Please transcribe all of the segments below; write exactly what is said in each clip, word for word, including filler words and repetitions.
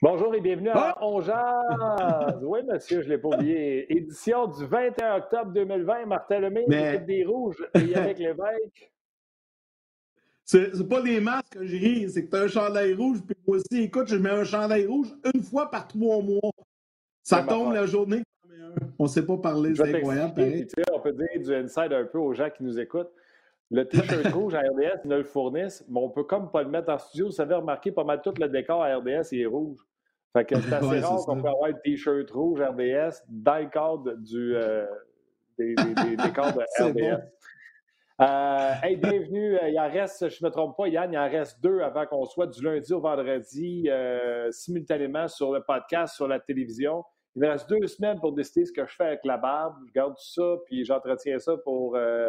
Bonjour et bienvenue Ah! à On Jase. Oui, monsieur, je ne l'ai pas oublié. Édition du vingt et un octobre deux mille vingt. Martin Lemay, Mais- l'équipe des Rouges et Yannick Lévesque. C'est c'est pas des masques que je ris, c'est que t'as un chandail rouge, puis moi aussi, écoute, je mets un chandail rouge une fois par trois mois. Ça Même tombe affaire. la journée que j'en mets un. On sait pas parler, Je vais c'est incroyable, t'expliquer, pareil. puis tu sais, on peut dire du inside un peu aux gens qui nous écoutent. Le T-shirt rouge à R D S, ils nous le fournissent, mais on peut comme pas le mettre en studio. Vous avez remarqué, pas mal tout le décor à R D S, il est rouge. Fait que c'est assez Ouais, rare c'est qu'on ça. peut avoir le T-shirt rouge R D S dans le cadre du, euh, des, des, des décors de C'est R D S. bon. Euh, hey, bienvenue. Il en reste, je ne me trompe pas, Yann, il en reste deux avant qu'on soit du lundi au vendredi euh, simultanément sur le podcast, sur la télévision. Il me reste deux semaines pour décider ce que je fais avec la barbe. Je garde ça, puis j'entretiens ça pour euh,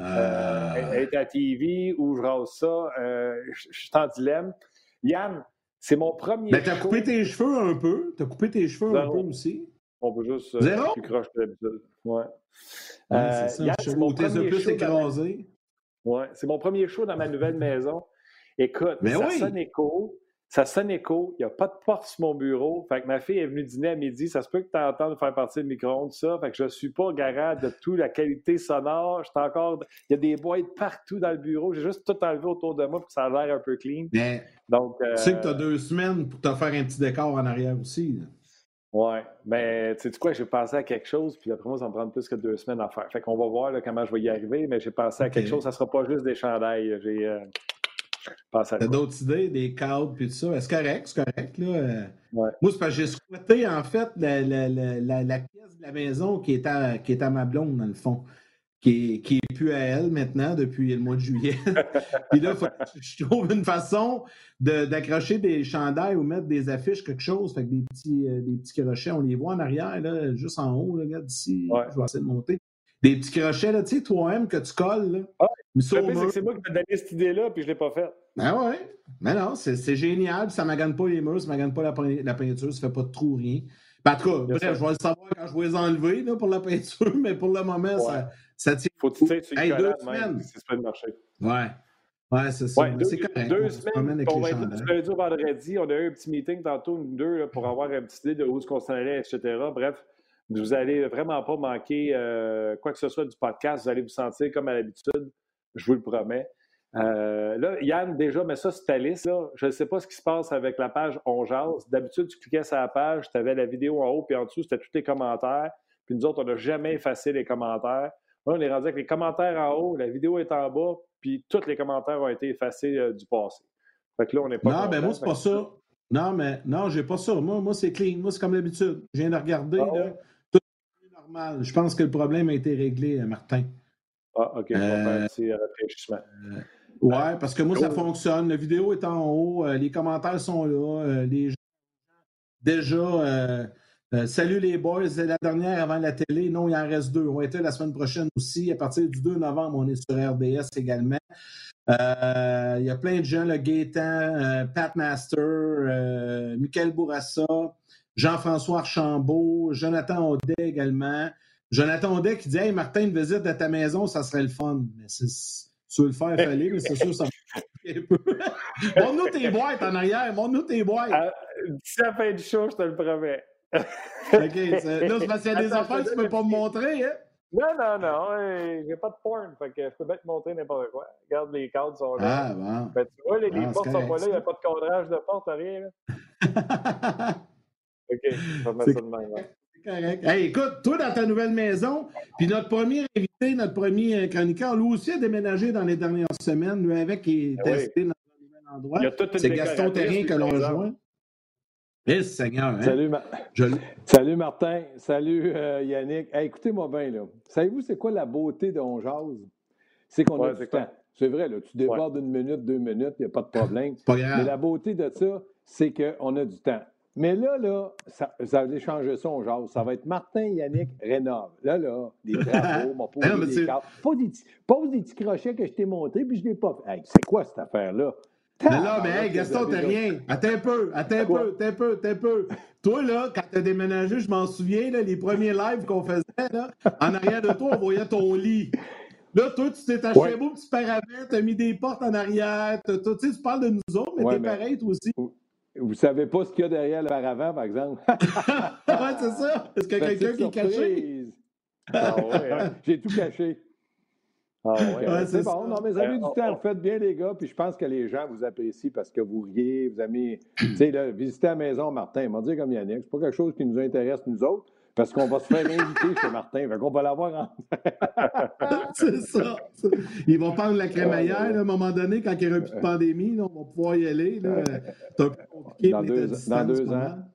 Ah. euh, être à T V ou je rase ça. Euh, je, je suis en dilemme. Yann, c'est mon premier Ben, t'as show. coupé tes cheveux un peu. T'as coupé tes cheveux Zéro. un peu aussi. On peut juste euh, Zéro? plus croche que d'habitude. Ouais. Ouais, Euh, c'est ça. Yann, Je c'est mon t'es un premier plus show dans ma- écrasé. Ouais, c'est mon premier show dans ma nouvelle maison. Écoute, Mais ça oui. sonne écho. Ça sonne écho. Il n'y a pas de porte sur mon bureau. Fait que ma fille est venue dîner à midi. Ça se peut que tu entendes faire partie le micro-ondes, ça. Fait que je ne suis pas garant de toute la qualité sonore. Je encore... Il y a des boîtes partout dans le bureau. J'ai juste tout enlevé autour de moi pour que ça a l'air un peu clean. Mais Donc, euh... tu sais que t'as deux semaines pour te faire un petit décor en arrière aussi. Là. Ouais, mais tu sais quoi, j'ai pensé à quelque chose, puis après moi, ça va me prendre plus que deux semaines à faire. Fait qu'on va voir là, comment je vais y arriver, mais j'ai pensé à Ok. quelque chose. Ça sera pas juste des chandails. J'ai euh, pensé à T'as quoi. d'autres idées, des cadres puis tout ça. C'est correct, c'est correct. Là. Ouais. Moi, c'est parce que j'ai squatté, en fait, la, la, la, la, la pièce de la maison qui est, à, qui est à ma blonde, dans le fond, qui est, qui est plus à elle maintenant depuis le mois de juillet. Puis là, il faut que je trouve une façon de, d'accrocher des chandails ou mettre des affiches, quelque chose. Fait que des petits, euh, des petits crochets, on les voit en arrière, là, juste en haut, là, regarde ici. Ouais. Je vais essayer de monter. Des petits crochets, là, tu sais, trois M que tu colles. Là. Ah, Mais le pire, c'est que c'est moi qui t'ai donné cette idée-là, puis je ne l'ai pas faite. Ah ouais. Mais non, c'est, c'est génial. Ça ne magane pas les murs, ça ne magane pas la, la peinture, ça ne fait pas de trou, rien. Ben, en tout cas, bref, ça. je vais le savoir quand je vais les enlever là, pour la peinture, mais pour le moment, ouais. ça, ça tient. Faut que tu sais, tu hey, deux semaines. Même, si c'est pas de marché. Ouais. Ouais, c'est ça. Ouais, deux, c'est correct. Deux on semaines, avec on les va être du lundi au vendredi. On a eu un petit meeting tantôt, nous deux, là, pour avoir une petite idée de où est-ce qu'on s'en allait, et cetera. Bref, vous n'allez vraiment pas manquer euh, quoi que ce soit du podcast. Vous allez vous sentir comme à l'habitude. Je vous le promets. Euh, là, Yann, déjà, mais ça, c'est ta liste. Là. Je ne sais pas ce qui se passe avec la page On Jase. D'habitude, tu cliquais sur la page, tu avais la vidéo en haut, puis en dessous, c'était tous les commentaires. Puis nous autres, on n'a jamais effacé les commentaires. Là, on est rendu avec les commentaires en haut, la vidéo est en bas, puis tous les commentaires ont été effacés euh, du passé. Fait que là, on n'est pas Non, content, ben moi, c'est pas ça. ça. Non, mais non, j'ai pas ça. Moi, moi c'est clean. Moi, c'est comme d'habitude. Je viens de regarder, ah, là. Ouais. Tout est normal. Je pense que le problème a été réglé, Martin. Ah, OK. Je vais euh, faire un petit rafraîchissement. Euh, ouais, parce que moi, ça fonctionne. La vidéo est en haut. Euh, les commentaires sont là. Euh, les gens, déjà, euh, euh, salut les boys. C'est la dernière avant la télé. Non, il en reste deux. On va être là la semaine prochaine aussi. À partir du deux novembre, on est sur R D S également. Euh, il y a plein de gens, le Gaétan, euh, Pat Master, euh, Michael Bourassa, Jean-François Archambault, Jonathan Audet également. Jonathan Audet qui dit « Hey Martin, une visite à ta maison, ça serait le fun. » Mais c'est, tu veux le faire, fallait, mais c'est sûr ça va un peu. Montre-nous tes boîtes en arrière, montre-nous tes boîtes. Euh, D'ici la fin du show, je te le promets. OK, c'est, là, c'est parce qu'il y a des Attends, affaires que tu ne peux pas me montrer, hein? Non, non, non, hey, j'ai pas de porn, fait que je peux bien te montrer n'importe quoi. Regarde, les cadres sont là. Ah, bon. Ben, tu vois, les, ah, les portes sont pas là, il n'y a pas de cadrage de porte, rien. Là. OK, je vais mettre ça de même. Ouais. C'est correct. Hey, écoute, toi, dans ta nouvelle maison, puis notre premier invité, notre premier chroniqueur, lui aussi a déménagé dans les dernières semaines, lui avec, qui est testé oui. dans un nouvel endroit. Il y a toute une C'est Gaston Terrien que l'on rejoint. Eh, Seigneur, hein? Salut, Ma... Je... Salut Martin, salut euh, Yannick. Hey, écoutez-moi bien, là. Savez-vous c'est quoi la beauté de On Jase? C'est qu'on ouais, a du temps. C'est vrai, là, tu débordes ouais. une minute, deux minutes, il n'y a pas de problème. Pas grave. Mais la beauté de ça, c'est qu'on a du temps. Mais là, là, ça, ça va changer ça, On Jase. Ça va être Martin, Yannick, rénove. Là, là, des travaux, m'a posé non, des c'est... cartes. Pose des, pose des petits crochets que je t'ai montés, puis je ne l'ai pas fait. Hey, c'est quoi cette affaire-là? Mais là, mais hey, Gaston, t'as rien. Attends un peu, attends un peu, attends un peu, attends un peu. Toi, là, quand t'as déménagé, je m'en souviens, là, les premiers lives qu'on faisait, là, en arrière de toi, on voyait ton lit. Là, toi, tu t'es acheté ouais. un beau petit paravent, t'as mis des portes en arrière, t'as, t'as, tu sais, tu parles de nous autres, mais ouais, t'es mais... pareil, toi aussi. vous ne savez pas ce qu'il y a derrière le paravent, par exemple. Oui, c'est ça. Est-ce qu'il y a quelqu'un qui est caché? Ah ouais, j'ai tout caché. Ah ouais, ouais, c'est c'est bon. ça. Non, mais vous avez Euh, du on- temps. on- Vous faites bien, les gars. Puis je pense que les gens vous apprécient parce que vous riez, vous aimez. Tu sais, là, visiter la maison, Martin, il m'a dit comme Yannick, c'est pas quelque chose qui nous intéresse, nous autres, parce qu'on va se faire inviter chez Martin. Fait qu'on va l'avoir en. C'est ça. Ils vont prendre la crémaillère, Ah, là, là. là, à un moment donné, quand il n'y aura plus de pandémie, là, on va pouvoir y aller. Là. C'est un peu compliqué Dans pour être à deux, distance. dans deux pas ans. mal.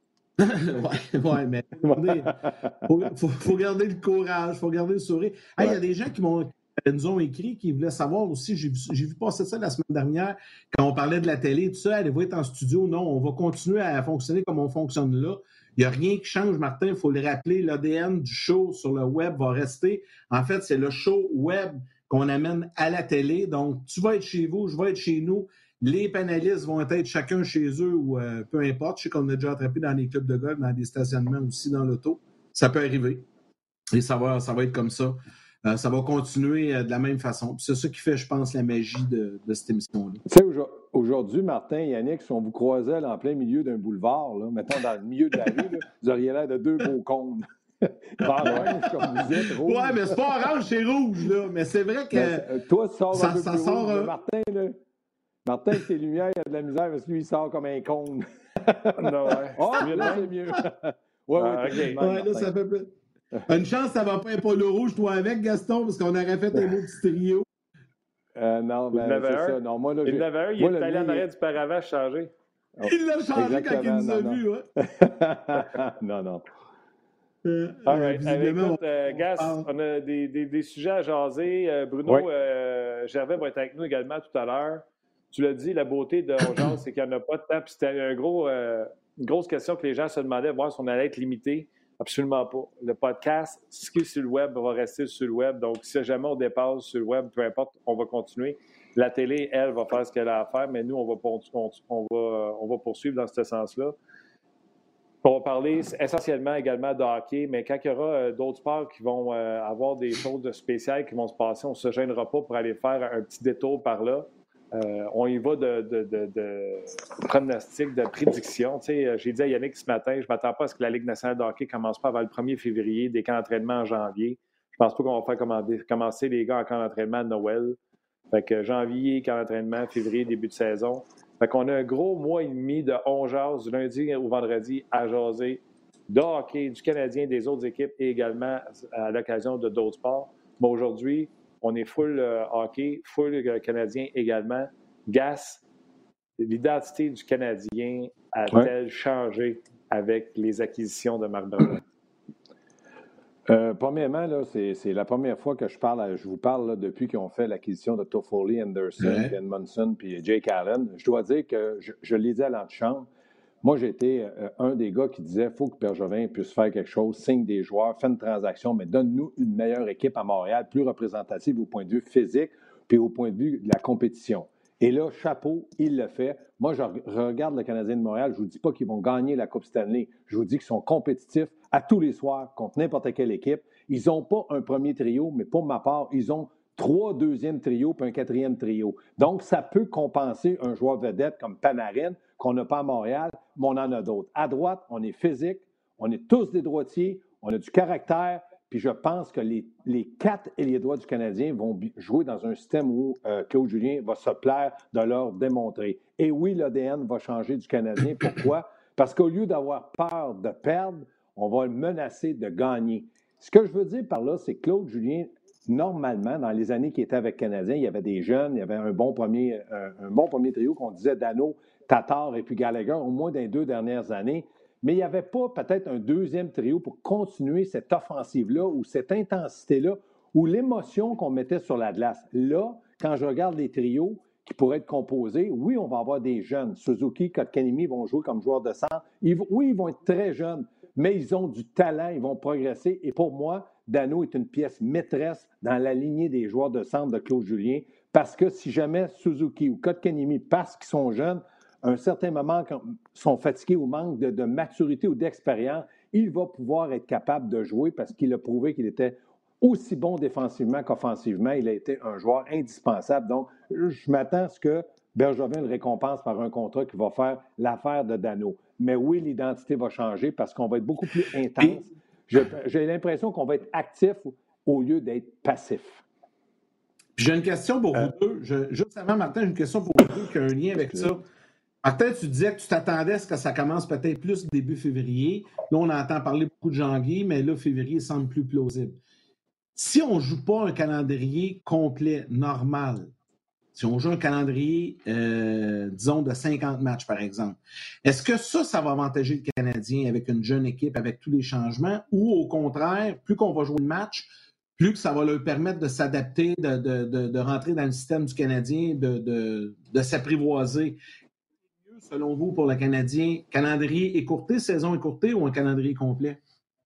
oui, ouais, mais il faut, faut, faut garder le courage, il faut garder le sourire. Il hey, ouais. y a des gens qui m'ont, nous ont écrit qui voulaient savoir aussi, j'ai vu, j'ai vu passer ça la semaine dernière, quand on parlait de la télé, tout ça, allez-vous être en studio? Non, on va continuer à fonctionner comme on fonctionne là. Il n'y a rien qui change, Martin, il faut le rappeler, l'A D N du show sur le web va rester. En fait, c'est le show web qu'on amène à la télé. Donc, tu vas être chez vous, je vais être chez nous. Les panélistes vont être chacun chez eux ou euh, peu importe. Je sais qu'on a déjà attrapé dans les clubs de golf, dans des stationnements aussi dans l'auto. Ça peut arriver. Et ça va, ça va être comme ça. Euh, ça va continuer euh, de la même façon. Puis c'est ça qui fait, je pense, la magie de, de cette émission-là. Tu sais, aujourd'hui, Martin et Yannick, si on vous croisait là, en plein milieu d'un boulevard, là, mettons dans le milieu de la rue, là, vous auriez l'air de deux beaux cônes. Orange, comme vous êtes, rouge. Ouais, mais c'est pas orange, c'est rouge, là. Mais c'est vrai que. Mais, toi, tu sors ça, un peu ça plus sort. rouge, Euh... Martin, là. Martin, avec ses lumières, il a de la misère parce que lui, il sort comme un cône. non, ouais. Oh, c'est là, c'est mieux. ouais, ah, ouais, okay. ouais, là, ça fait plus. Une chance, ça va pas être Polo Rouge, toi, avec Gaston, parce qu'on aurait fait un beau petit trio. Euh, non, ben, c'est ça. Non, moi, là, il n'avait un, il moi, est allé en arrière il... du paravent changer. Oh. Il l'a changé Exactement, quand il nous a non, vus, non. ouais. non, non. Euh, All right. visiblement, écoute, euh, on, Gas, on, on a des, des, des sujets à jaser. Euh, Bruno oui. euh, Gervais va être avec nous également tout à l'heure. Tu l'as dit, la beauté de Ongeance, c'est qu'il n'y en a pas de temps. Puis c'était un gros, euh, une grosse question que les gens se demandaient, voir si on allait être limité. Absolument pas. Le podcast, ce qui est sur le web, va rester sur le web. Donc, si jamais on dépasse sur le web, peu importe, on va continuer. La télé, elle, va faire ce qu'elle a à faire, mais nous, on va, on, on va, on va poursuivre dans ce sens-là. On va parler essentiellement également de hockey, mais quand il y aura euh, d'autres sports qui vont euh, avoir des choses spéciales qui vont se passer, on ne se gênera pas pour aller faire un petit détour par là. Euh, on y va de, de, de, de pronostics, de prédictions. Tu sais, j'ai dit à Yannick ce matin, je ne m'attends pas à ce que la Ligue nationale de hockey ne commence pas avant le premier février, des camps d'entraînement en janvier. Je ne pense pas qu'on va faire commencer les gars en camp d'entraînement à Noël. Fait que janvier, camp d'entraînement, février, début de saison. Fait qu'on a un gros mois et demi de on jase du lundi au vendredi à jaser de hockey, du Canadien, des autres équipes et également à l'occasion de d'autres sports. Mais aujourd'hui, on est full euh, hockey, full euh, Canadien également. Gas, l'identité du Canadien a-t-elle ouais. changé avec les acquisitions de Marc Bergevin? Euh, premièrement, là, c'est, c'est la première fois que je parle, à, je vous parle là, depuis qu'ils ont fait l'acquisition de Toffoli, Anderson, ouais. puis Edmondson, puis Jake Allen. Je dois dire que je, je l'ai dit à l'antichambre. Moi, j'ai été euh, un des gars qui disait qu'il faut que Bergevin puisse faire quelque chose, signe des joueurs, fait une transaction, mais donne-nous une meilleure équipe à Montréal, plus représentative au point de vue physique, puis au point de vue de la compétition. Et là, chapeau, il le fait. Moi, je regarde le Canadien de Montréal. Je ne vous dis pas qu'ils vont gagner la Coupe Stanley. Je vous dis qu'ils sont compétitifs à tous les soirs contre n'importe quelle équipe. Ils n'ont pas un premier trio, mais pour ma part, ils ont trois deuxièmes trios puis un quatrième trio. Donc, ça peut compenser un joueur vedette comme Panarin, qu'on n'a pas à Montréal, mais on en a d'autres. À droite, on est physique, on est tous des droitiers, on a du caractère. Puis je pense que les, les quatre ailiers droits du Canadien vont jouer dans un système où euh, Claude Julien va se plaire de leur démontrer. Et oui, l'A D N va changer du Canadien. Pourquoi? Parce qu'au lieu d'avoir peur de perdre, on va le menacer de gagner. Ce que je veux dire par là, c'est que Claude Julien, normalement, dans les années qu'il était avec le Canadien, il y avait des jeunes, il y avait un bon premier, un, un bon premier trio qu'on disait Dano, Tatar et puis Gallagher, au moins dans les deux dernières années. Mais il n'y avait pas peut-être un deuxième trio pour continuer cette offensive-là ou cette intensité-là ou l'émotion qu'on mettait sur la glace. Là, quand je regarde les trios qui pourraient être composés, oui, on va avoir des jeunes. Suzuki, Kotkaniemi vont jouer comme joueurs de centre. Ils, oui, ils vont être très jeunes, mais ils ont du talent, ils vont progresser. Et pour moi, Dano est une pièce maîtresse dans la lignée des joueurs de centre de Claude Julien parce que si jamais Suzuki ou Kotkaniemi, parce qu'ils sont jeunes, à un certain moment, quand ils sont fatigués ou manquent de, de maturité ou d'expérience, il va pouvoir être capable de jouer parce qu'il a prouvé qu'il était aussi bon défensivement qu'offensivement. Il a été un joueur indispensable. Donc, je m'attends à ce que Bergevin le récompense par un contrat qui va faire l'affaire de Dano. Mais oui, l'identité va changer parce qu'on va être beaucoup plus intense. Je, j'ai l'impression qu'on va être actif au lieu d'être passif. J'ai une question pour euh, vous deux. Je, juste avant, Martin, j'ai une question pour vous deux qui a un lien avec ça. Martin, tu disais que tu t'attendais à ce que ça commence peut-être plus début février. Là, on entend parler beaucoup de janvier, mais là, février semble plus plausible. Si on ne joue pas un calendrier complet, normal, si on joue un calendrier, euh, disons, de cinquante matchs, par exemple, est-ce que ça, ça va avantager le Canadien avec une jeune équipe, avec tous les changements, ou au contraire, plus qu'on va jouer de matchs, plus que ça va leur permettre de s'adapter, de, de, de, de rentrer dans le système du Canadien, de, de, de s'apprivoiser? Selon vous, pour le Canadien, calendrier écourté, saison écourtée ou un calendrier complet?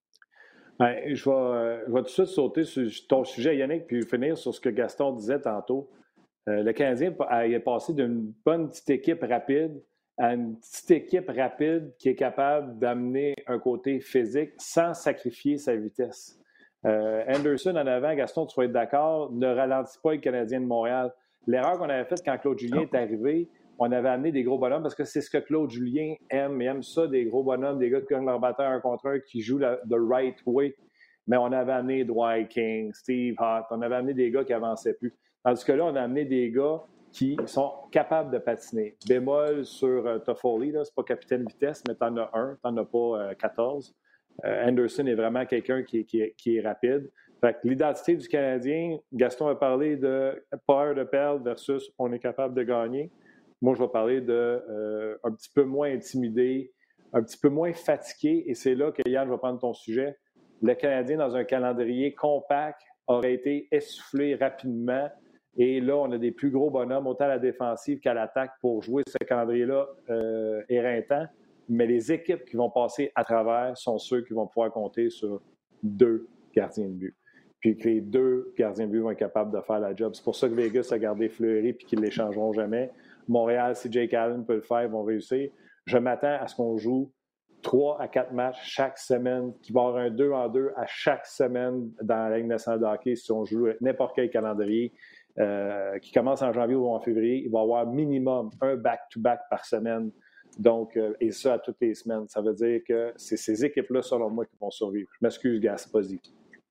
Bien, je, vais, euh, je vais tout de suite sauter sur ton sujet, Yannick, puis finir sur ce que Gaston disait tantôt. Euh, le Canadien a, est passé d'une bonne petite équipe rapide à une petite équipe rapide qui est capable d'amener un côté physique sans sacrifier sa vitesse. Euh, Anderson en avant, Gaston, tu vas être d'accord, ne ralentit pas le Canadien de Montréal. L'erreur qu'on avait faite quand Claude Julien est arrivé, on avait amené des gros bonhommes parce que c'est ce que Claude Julien aime. Il aime ça, des gros bonhommes, des gars qui gagnent leur bataille un contre un, qui jouent la, the right way. Mais on avait amené Dwight King, Steve Hart, on avait amené des gars qui n'avançaient plus. Tandis que là, on a amené des gars qui sont capables de patiner. Bémol sur euh, Toffoli, là, c'est pas capitaine vitesse, mais t'en as un, t'en as pas euh, quatorze. Euh, Anderson est vraiment quelqu'un qui, qui, qui est rapide. Fait que l'identité du Canadien, Gaston a parlé de peur de perdre versus on est capable de gagner. Moi, je vais parler de euh, un petit peu moins intimidé, un petit peu moins fatigué, et c'est là que, Yann, je vais prendre ton sujet. Le Canadien, dans un calendrier compact, aurait été essoufflé rapidement, et là, on a des plus gros bonhommes, autant à la défensive qu'à l'attaque, pour jouer ce calendrier-là euh, éreintant, mais les équipes qui vont passer à travers sont ceux qui vont pouvoir compter sur deux gardiens de but. Puis que les deux gardiens de but vont être capables de faire la job. C'est pour ça que Vegas a gardé Fleury puis qu'ils ne l'échangeront jamais. Montréal, si Jake Allen peut le faire, ils vont réussir. Je m'attends à ce qu'on joue trois à quatre matchs chaque semaine, qu'il va y avoir un deux en deux à chaque semaine dans la Ligue nationale de hockey si on joue n'importe quel calendrier euh, qui commence en janvier ou en février. Il va y avoir minimum un back-to-back par semaine. Donc, euh, et ça à toutes les semaines. Ça veut dire que c'est ces équipes-là, selon moi, qui vont survivre. Je m'excuse, Gaspasi.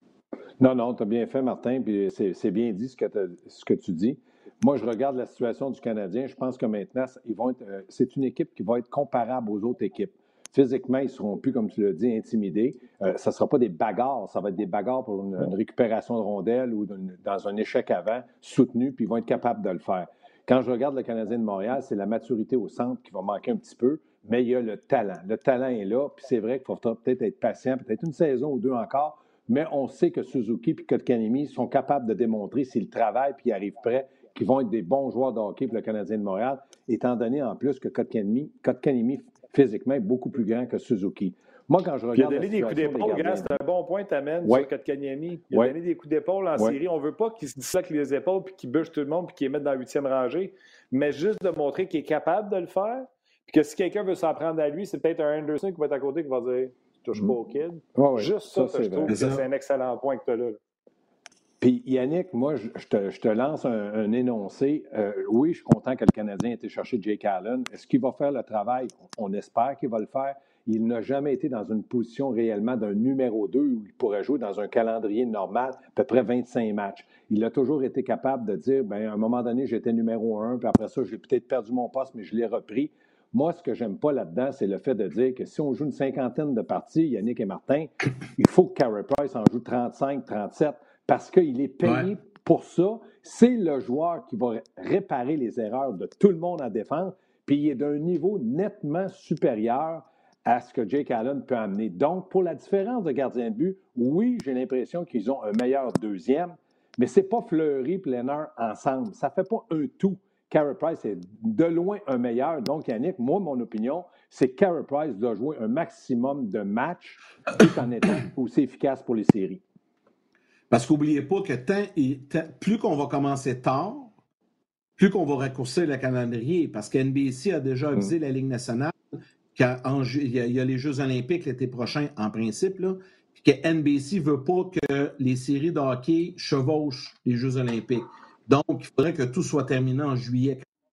Non, non, tu as bien fait, Martin, puis c'est, c'est bien dit ce que, ce que tu dis. Moi, je regarde la situation du Canadien. Je pense que maintenant, ils vont être, euh, c'est une équipe qui va être comparable aux autres équipes. Physiquement, ils ne seront plus, comme tu l'as dit, intimidés. Euh, ça ne sera pas des bagarres. Ça va être des bagarres pour une, une récupération de rondelles ou d'une, dans un échec avant, soutenu, puis ils vont être capables de le faire. Quand je regarde le Canadien de Montréal, c'est la maturité au centre qui va manquer un petit peu, mais il y a le talent. Le talent est là, puis c'est vrai qu'il faut peut-être être patient, peut-être une saison ou deux encore, mais on sait que Suzuki et Kotkaniemi sont capables de démontrer, s'ils travaillent puis arrivent prêts, qu'ils vont être des bons joueurs de hockey pour le Canadien de Montréal, étant donné en plus que Kotkaniemi, Kotkaniemi physiquement est beaucoup plus grand que Suzuki. Moi, quand je regarde. Il a donné des coups d'épaule, gars, c'est un bon point, t'amènes ouais. sur Kotkaniemi. Il a ouais. donné des coups d'épaule en ouais. série. On ne veut pas qu'il se disloque les épaules puis qu'il bûche tout le monde puis qu'il les mette dans la huitième rangée, mais juste de montrer qu'il est capable de le faire. Puis que si quelqu'un veut s'en prendre à lui, c'est peut-être un Anderson qui va être à côté qui va dire « touche pas au kid ouais, ». Juste ça, ça, ça je trouve que c'est un excellent point que tu as là. Puis Yannick, moi, je te, je te lance un, un énoncé. Euh, oui, je suis content que le Canadien ait été chercher Jake Allen. Est-ce qu'il va faire le travail? On espère qu'il va le faire. Il n'a jamais été dans une position réellement d'un numéro deux où il pourrait jouer dans un calendrier normal, à peu près vingt-cinq matchs. Il a toujours été capable de dire, bien, à un moment donné, j'étais numéro un, puis après ça, j'ai peut-être perdu mon poste, mais je l'ai repris. Moi, ce que j'aime pas là-dedans, c'est le fait de dire que si on joue une cinquantaine de parties, Yannick et Martin, il faut que Carey Price en joue trente-cinq, trente-sept, parce qu'il est payé ouais. pour ça. C'est le joueur qui va réparer les erreurs de tout le monde en défense, puis il est d'un niveau nettement supérieur à ce que Jake Allen peut amener. Donc, pour la différence de gardien de but, oui, j'ai l'impression qu'ils ont un meilleur deuxième, mais c'est pas Fleury et Lehner ensemble. Ça fait pas un tout. Carey Price est de loin un meilleur. Donc, Yannick, moi, mon opinion, c'est que Carey Price doit jouer un maximum de matchs tout en étant aussi efficace pour les séries. Parce qu'oubliez pas que tant et, tant, plus qu'on va commencer tard, plus qu'on va raccourcir le calendrier, parce que N B C a déjà avisé mmh. la Ligue nationale qu'il y, y a les Jeux olympiques l'été prochain, en principe, là, puis que N B C ne veut pas que les séries de hockey chevauchent les Jeux olympiques. Donc, il faudrait que tout soit terminé en juillet.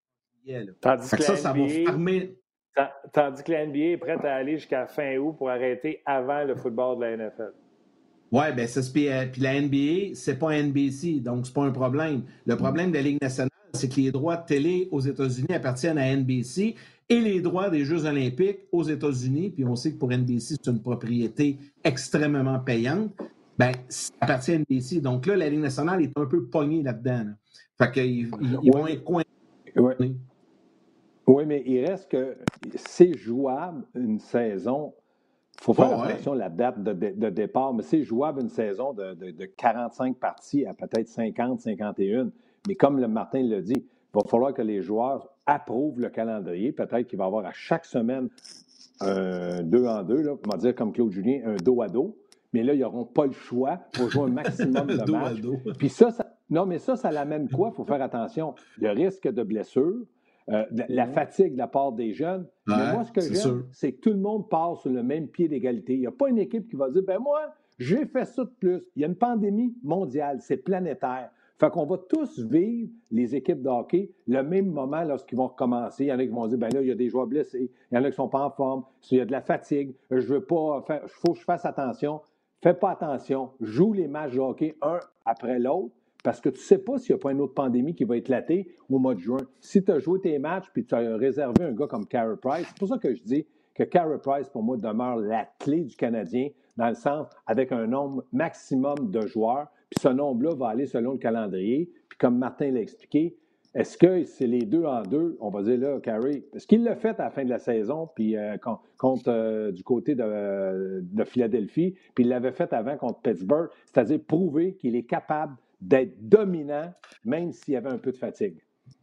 billets. Là. Tandis que, que ça, ça va fermer. Tandis que la N B A est prête à aller jusqu'à fin août pour arrêter avant le football de la N F L. Oui, bien, ça, puis, euh, puis la N B A, c'est pas N B C, donc c'est pas un problème. Le problème de la Ligue nationale, c'est que les droits de télé aux États-Unis appartiennent à N B C et les droits des Jeux olympiques aux États-Unis, puis on sait que pour N B C, c'est une propriété extrêmement payante, bien, ça appartient à N B C. Donc là, la Ligue nationale est un peu pognée là-dedans. Là. Fait qu'ils ils, ils vont être coincés. Oui. oui, mais il reste que c'est jouable une saison. Il faut faire oh, attention à ouais. la date de, de, de départ, mais c'est jouable une saison de, de, de quarante-cinq parties à peut-être cinquante, cinquante et un. Mais comme le Martin l'a dit, il va falloir que les joueurs approuvent le calendrier. Peut-être qu'il va y avoir à chaque semaine un deux en deux, là, on va dire comme Claude Julien, un dos à dos. Mais là, ils n'auront pas le choix pour jouer un maximum de matchs. Puis ça, ça, non, mais ça, ça l'amène quoi? Il faut faire attention. Le risque de blessure. Euh, la fatigue de la part des jeunes. Ouais, mais moi, ce que j'aime, c'est que tout le monde part sur le même pied d'égalité. Il n'y a pas une équipe qui va dire, ben moi, j'ai fait ça de plus. Il y a une pandémie mondiale, c'est planétaire. Fait qu'on va tous vivre, les équipes de hockey, le même moment lorsqu'ils vont recommencer. Il y en a qui vont dire, ben là, il y a des joueurs blessés. Il y en a qui ne sont pas en forme. Il y a de la fatigue. Je veux pas faire, il faut que je fasse attention. Fais pas attention. Joue les matchs de hockey un après l'autre. Parce que tu ne sais pas s'il n'y a pas une autre pandémie qui va éclater au mois de juin. Si tu as joué tes matchs puis tu as réservé un gars comme Carey Price, c'est pour ça que je dis que Carey Price, pour moi, demeure la clé du Canadien, dans le sens avec un nombre maximum de joueurs. Puis ce nombre-là va aller selon le calendrier. Puis comme Martin l'a expliqué, est-ce que c'est les deux en deux? On va dire là, Carey, est-ce qu'il l'a fait à la fin de la saison, puis euh, contre euh, du côté de, de Philadelphie, puis il l'avait fait avant contre Pittsburgh, c'est-à-dire prouver qu'il est capable d'être dominant, même s'il y avait un peu de fatigue.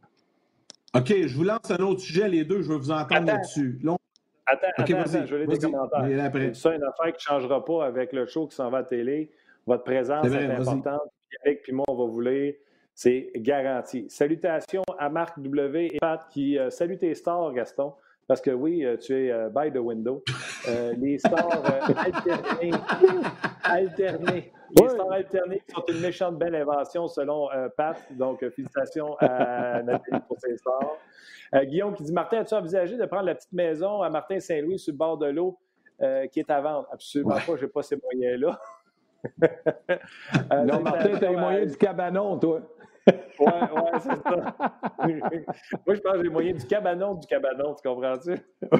OK, je vous lance un autre sujet, les deux, je veux vous entendre là-dessus. Là, on... Attends, okay, attends, attends, je vais lire des commentaires. C'est ça, une affaire qui ne changera pas avec le show qui s'en va à la télé. Votre présence est, est importante. Puis Eric puis moi, on va vous lire. C'est garanti. Salutations à Marc W. et Pat qui euh, salue tes stars, Gaston. Parce que oui, euh, tu es euh, by the window. Euh, les stars euh, alternés. alternés. Les ouais. stars alternés sont une méchante belle invention selon euh, Pat. Donc, euh, félicitations à Nathalie pour ses stars. Euh, Guillaume qui dit, Martin, as-tu envisagé de prendre la petite maison à Martin-Saint-Louis sur le bord de l'eau euh, qui est à vendre? Absolument ouais. pas, je n'ai pas ces moyens-là. euh, non, Martin, tu as les moyens du cabanon, toi. Oui, ouais, c'est ça. Moi, je pense que j'ai les moyens du cabanon du cabanon, tu comprends-tu?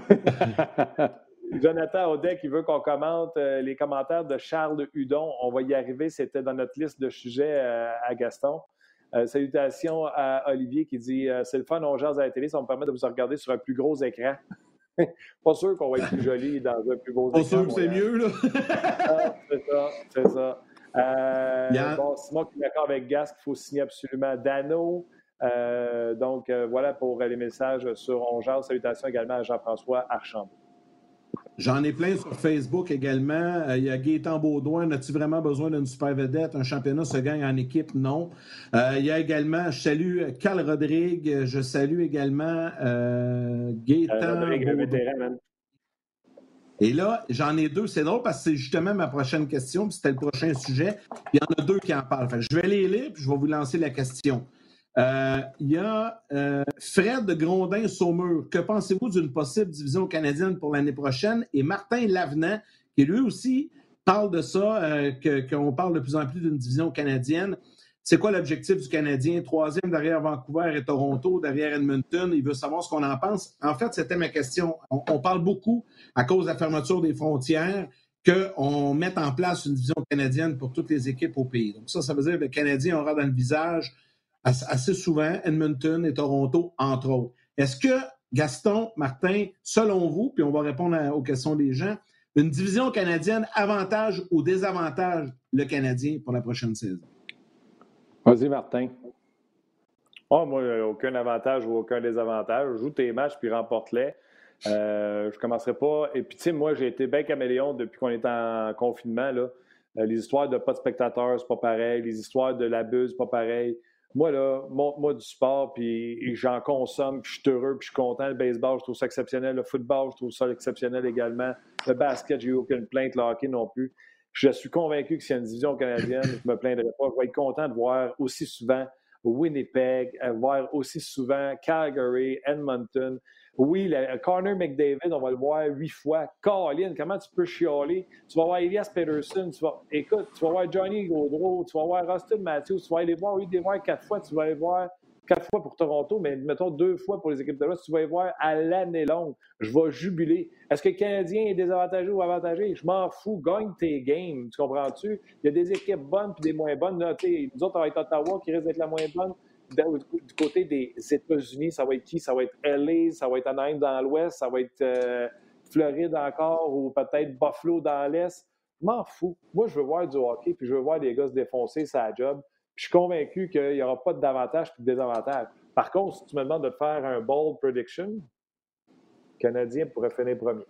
Jonathan Audet qui veut qu'on commente euh, les commentaires de Charles Hudon. On va y arriver, c'était dans notre liste de sujets euh, à Gaston. Euh, salutations à Olivier qui dit euh, « C'est le fun, on jase à la télé, ça me permet de vous regarder sur un plus gros écran. » Pas sûr qu'on va être plus joli dans un plus gros Pas écran. Pas sûr que c'est mieux, là. ah, c'est ça, c'est ça. Euh, yeah. Bon, Simon qui est d'accord avec Gas qu'il faut signer absolument Dano. Euh, donc, euh, voilà pour les messages sur On Jase. Salutations également à Jean-François Archambault. J'en ai plein sur Facebook également. Euh, il y a Gaétan Baudouin. As-tu vraiment besoin d'une super vedette? Un championnat se gagne en équipe? Non. Euh, il y a également, je salue Carl Rodrigue. Je salue également euh, Gaétan euh, Rodrigue, Baudouin. Le vétéran, même. Et là, j'en ai deux. C'est drôle parce que c'est justement ma prochaine question, puis c'était le prochain sujet. Il y en a deux qui en parlent. Fait que je vais les lire, puis je vais vous lancer la question. Euh, il y a euh, Fred Grondin-Saumur. Que pensez-vous d'une possible division canadienne pour l'année prochaine? Et Martin Lavenant, qui lui aussi parle de ça, euh, que, qu'on parle de plus en plus d'une division canadienne. C'est quoi l'objectif du Canadien? Troisième derrière Vancouver et Toronto, derrière Edmonton. Il veut savoir ce qu'on en pense. En fait, c'était ma question. On, on parle beaucoup, à cause de la fermeture des frontières, qu'on mette en place une division canadienne pour toutes les équipes au pays. Donc ça, ça veut dire que le Canadien aura dans le visage assez souvent Edmonton et Toronto, entre autres. Est-ce que, Gaston, Martin, selon vous, puis on va répondre à, aux questions des gens, une division canadienne avantage ou désavantage le Canadien pour la prochaine saison? Vas-y, Martin. Oh, moi, aucun avantage ou aucun désavantage. Joue tes matchs puis remporte-les. Euh, je ne commencerai pas. Et puis, tu sais, moi, j'ai été bien caméléon depuis qu'on est en confinement. Là. Euh, les histoires de pas de spectateurs, c'est pas pareil. Les histoires de l'abus, c'est pas pareil. Moi, là, montre-moi du sport, puis j'en consomme, puis je suis heureux, puis je suis content. Le baseball, je trouve ça exceptionnel. Le football, je trouve ça exceptionnel également. Le basket, j'ai eu aucune plainte. Le hockey non plus. Je suis convaincu que s'il y a une division canadienne, je ne me plaindrai pas. Je vais être content de voir aussi souvent Winnipeg, euh, voir aussi souvent Calgary, Edmonton. Oui, le, Connor McDavid, on va le voir huit fois. Colin, comment tu peux chialer? Tu vas voir Elias Pettersson, tu vas, écoute, tu vas voir Johnny Gaudreau, tu vas voir Austin Matthews, tu vas aller voir, oui, les voir quatre fois, tu vas aller voir quatre fois pour Toronto, mais mettons deux fois pour les équipes de l'Ouest, tu vas les voir à l'année longue. Je vais jubiler. Est-ce que le Canadien est désavantagé ou avantagé? Je m'en fous. Gagne tes games. Tu comprends-tu? Il y a des équipes bonnes et des moins bonnes. Là, nous autres, on va être Ottawa qui risque d'être la moins bonne. Du côté des États-Unis, ça va être qui? Ça va être L A, ça va être Anaheim dans l'Ouest, ça va être euh, Floride encore ou peut-être Buffalo dans l'Est. Je m'en fous. Moi, je veux voir du hockey puis je veux voir les gars se défoncer sa job. Puis je suis convaincu qu'il n'y aura pas d'avantage et de désavantage. Par contre, si tu me demandes de faire un bold prediction, le Canadien pourrait finir premier.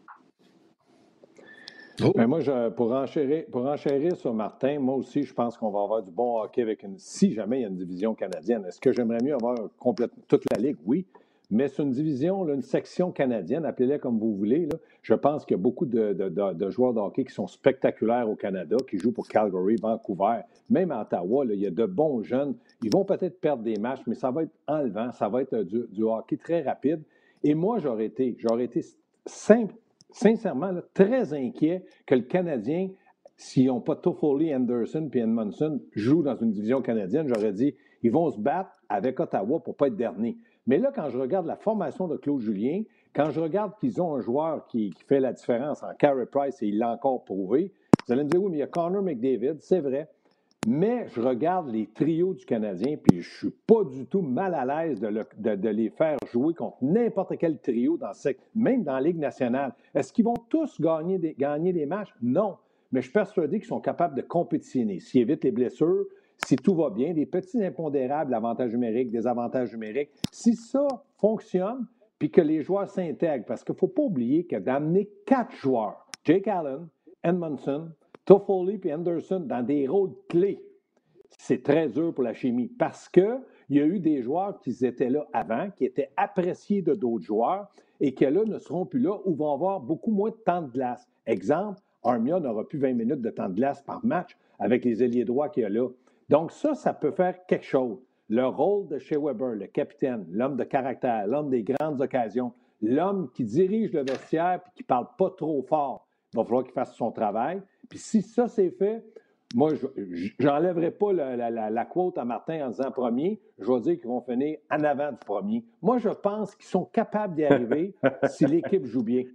Oh. Mais moi, je, pour, enchérir, pour enchérir sur Martin, moi aussi, je pense qu'on va avoir du bon hockey avec une. Si jamais il y a une division canadienne, est-ce que j'aimerais mieux avoir complète, toute la Ligue? Oui. Mais c'est une division, là, une section canadienne, appelez-la comme vous voulez. Là. Je pense qu'il y a beaucoup de, de, de, de joueurs de hockey qui sont spectaculaires au Canada, qui jouent pour Calgary, Vancouver, même à Ottawa. Là, il y a de bons jeunes. Ils vont peut-être perdre des matchs, mais ça va être enlevant. Ça va être du, du hockey très rapide. Et moi, j'aurais été, j'aurais été simple. Sincèrement, là, très inquiet que le Canadien, s'ils n'ont pas Toffoli, Anderson et Edmondson, jouent dans une division canadienne, j'aurais dit, ils vont se battre avec Ottawa pour ne pas être dernier. Mais là, quand je regarde la formation de Claude Julien, quand je regarde qu'ils ont un joueur qui, qui fait la différence en Carey Price, et il l'a encore prouvé, vous allez me dire, oui, mais il y a Connor McDavid, c'est vrai. Mais je regarde les trios du Canadien, puis je ne suis pas du tout mal à l'aise de, le, de, de les faire jouer contre n'importe quel trio, dans cette, même dans la Ligue nationale. Est-ce qu'ils vont tous gagner des, gagner des matchs? Non. Mais je suis persuadé qu'ils sont capables de compétitionner. S'ils évitent les blessures, si tout va bien, des petits impondérables, avantages numériques, des avantages numériques, si ça fonctionne, puis que les joueurs s'intègrent, parce qu'il ne faut pas oublier que d'amener quatre joueurs, Jake Allen, Edmondson, Toffoli et Anderson dans des rôles clés, c'est très dur pour la chimie parce qu'il y a eu des joueurs qui étaient là avant, qui étaient appréciés de d'autres joueurs et qui là ne seront plus là ou vont avoir beaucoup moins de temps de glace. Exemple, Armia n'aura plus vingt minutes de temps de glace par match avec les ailiers droits qu'il y a là. Donc ça, ça peut faire quelque chose. Le rôle de Shea Weber, le capitaine, l'homme de caractère, l'homme des grandes occasions, l'homme qui dirige le vestiaire et qui ne parle pas trop fort, il va falloir qu'il fasse son travail. Puis si ça, c'est fait, moi, je n'enlèverai pas la, la, la, la quote à Martin en disant premier. Je vais dire qu'ils vont finir en avant du premier. Moi, je pense qu'ils sont capables d'y arriver si l'équipe joue bien.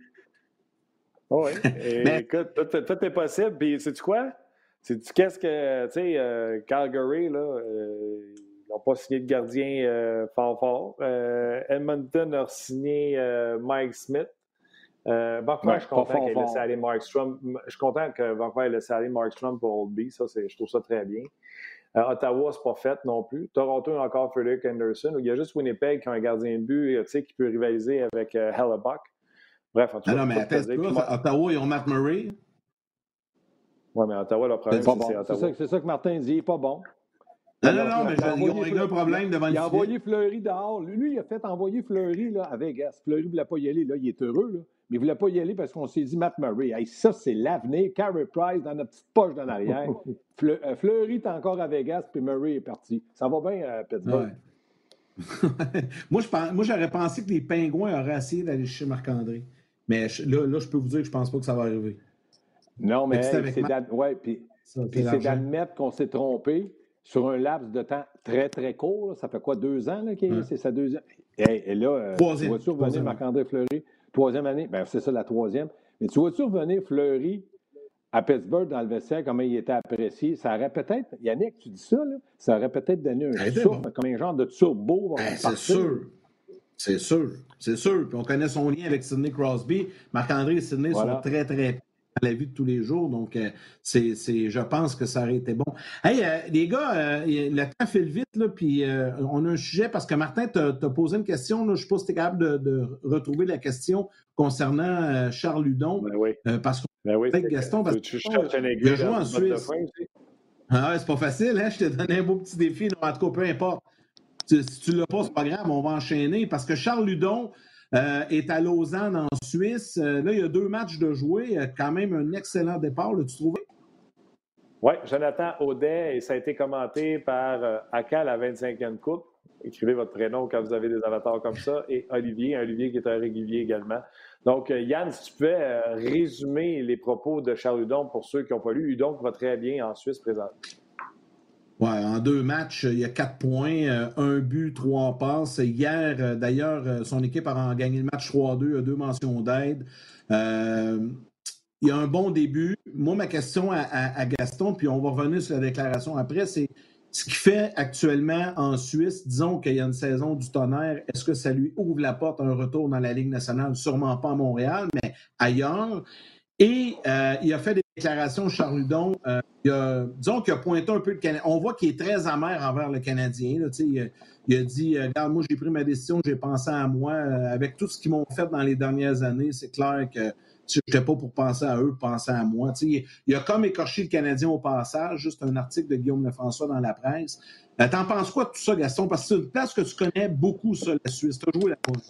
Oui. Mais... Écoute, tout, tout est possible. Puis, sais-tu quoi? Sais-tu qu'est-ce que, tu sais, euh, Calgary, là, euh, ils n'ont pas signé de gardien euh, fort fort. Euh, Edmonton a signé euh, Mike Smith. Euh, Vancouver, ouais, je suis content qu'il ait laissé aller Markstrom. Je suis content que Vancouver ait laissé aller Markstrom pour Oldby. Ça, c'est, je trouve ça très bien. Euh, Ottawa, c'est pas fait non plus. Toronto a encore Frederick Anderson. Il y a juste Winnipeg qui a un gardien de but qui peut rivaliser avec euh, Hellebuck. Bref, en tout cas. Non, non, mais attends, moi... Ottawa, ils ont Matt Murray. Oui, mais Ottawa, le problème, c'est, c'est, c'est bon. Ottawa. C'est ça, c'est ça que Martin dit, il n'est pas bon. Non, non, non, mais ils ont réglé un problème devant le filet. Il a envoyé Fleury dehors. Lui, il a fait envoyer Fleury là, à Vegas. Fleury ne voulait pas y aller. Là, il est heureux, là. Mais il ne voulait pas y aller parce qu'on s'est dit Matt Murray. Hey, ça, c'est l'avenir. Carey Price dans notre petite poche d'en arrière. Fleu, euh, Fleury est encore à Vegas, puis Murray est parti. Ça va bien à Pittsburgh. Ouais. moi, je pense, moi, j'aurais pensé que les Pingouins auraient essayé d'aller chez Marc-André. Mais je, là, là, je peux vous dire que je ne pense pas que ça va arriver. Non, mais hey, c'est, d'ad... ouais, puis, ça, puis c'est d'admettre qu'on s'est trompé sur un laps de temps très, très court. Là. Ça fait quoi, deux ans? Là, qu'il... ouais. C'est sa deuxième. Et, et là, euh, tu vois-tu revenir Marc-André Fleury? Troisième année, bien c'est ça la troisième. Mais tu vois-tu revenir Fleury à Pittsburgh dans le vestiaire, comment il était apprécié? Ça aurait peut-être, Yannick, tu dis ça, là, ça aurait peut-être donné un hey, souffle, bon. Comme un genre de turbo. Ben, c'est sûr. C'est sûr. C'est sûr. Puis on connaît son lien avec Sidney Crosby. Marc-André et Sidney voilà. sont très, très à la vue de tous les jours. Donc, euh, c'est, c'est, je pense que ça aurait été bon. Hey, euh, les gars, euh, le temps file vite, là, puis euh, on a un sujet parce que Martin t'a, t'a posé une question. Là, je ne sais pas si tu es capable de, de retrouver la question concernant euh, Charles Ludon. Ben oui. Euh, parce qu'on ben oui, Gaston, parce tu que euh, il a joué en Suisse. Ah ouais, c'est pas facile, hein? Je t'ai donné un beau petit défi. Non, en tout cas, peu importe. Tu, si tu ne l'as pas, c'est pas grave, on va enchaîner. Parce que Charles Ludon euh, est à Lausanne, en Suisse. Euh, là, il y a deux matchs de jouer. Euh, quand même un excellent départ, là, tu trouvais? Oui, Jonathan Audet, et ça a été commenté par euh, Aka, la vingt-cinquième coupe. Écrivez votre prénom quand vous avez des avatars comme ça. Et Olivier, Olivier qui est un régulier également. Donc, euh, Yann, si tu pouvais euh, résumer les propos de Charles Hudon pour ceux qui n'ont pas lu. Hudon va très bien en Suisse présentement. Ouais, en deux matchs, il y a quatre points, euh, un but, trois passes. Hier, euh, d'ailleurs, euh, son équipe a gagné le match trois à deux, a deux mentions d'aide. Euh, il y a un bon début. Moi, ma question à, à, à Gaston, puis on va revenir sur la déclaration après, c'est ce qu'il fait actuellement en Suisse. Disons qu'il y a une saison du tonnerre. Est-ce que ça lui ouvre la porte à un retour dans la Ligue nationale? Sûrement pas à Montréal, mais ailleurs. Et euh, il a fait des déclarations, Charles Hudon. Euh, il a, disons qu'il a pointé un peu le Canadien. On voit qu'il est très amer envers le Canadien. Là, il, a, il a dit, regarde, moi, j'ai pris ma décision, j'ai pensé à moi. Euh, avec tout ce qu'ils m'ont fait dans les dernières années, c'est clair que je n'étais pas pour penser à eux, penser à moi. Il, il a comme écorché le Canadien au passage, juste un article de Guillaume Lefrançois dans la presse. Euh, t'en penses quoi de tout ça, Gaston? Parce que c'est une place que tu connais beaucoup, ça, la Suisse. Tu as joué là-bas.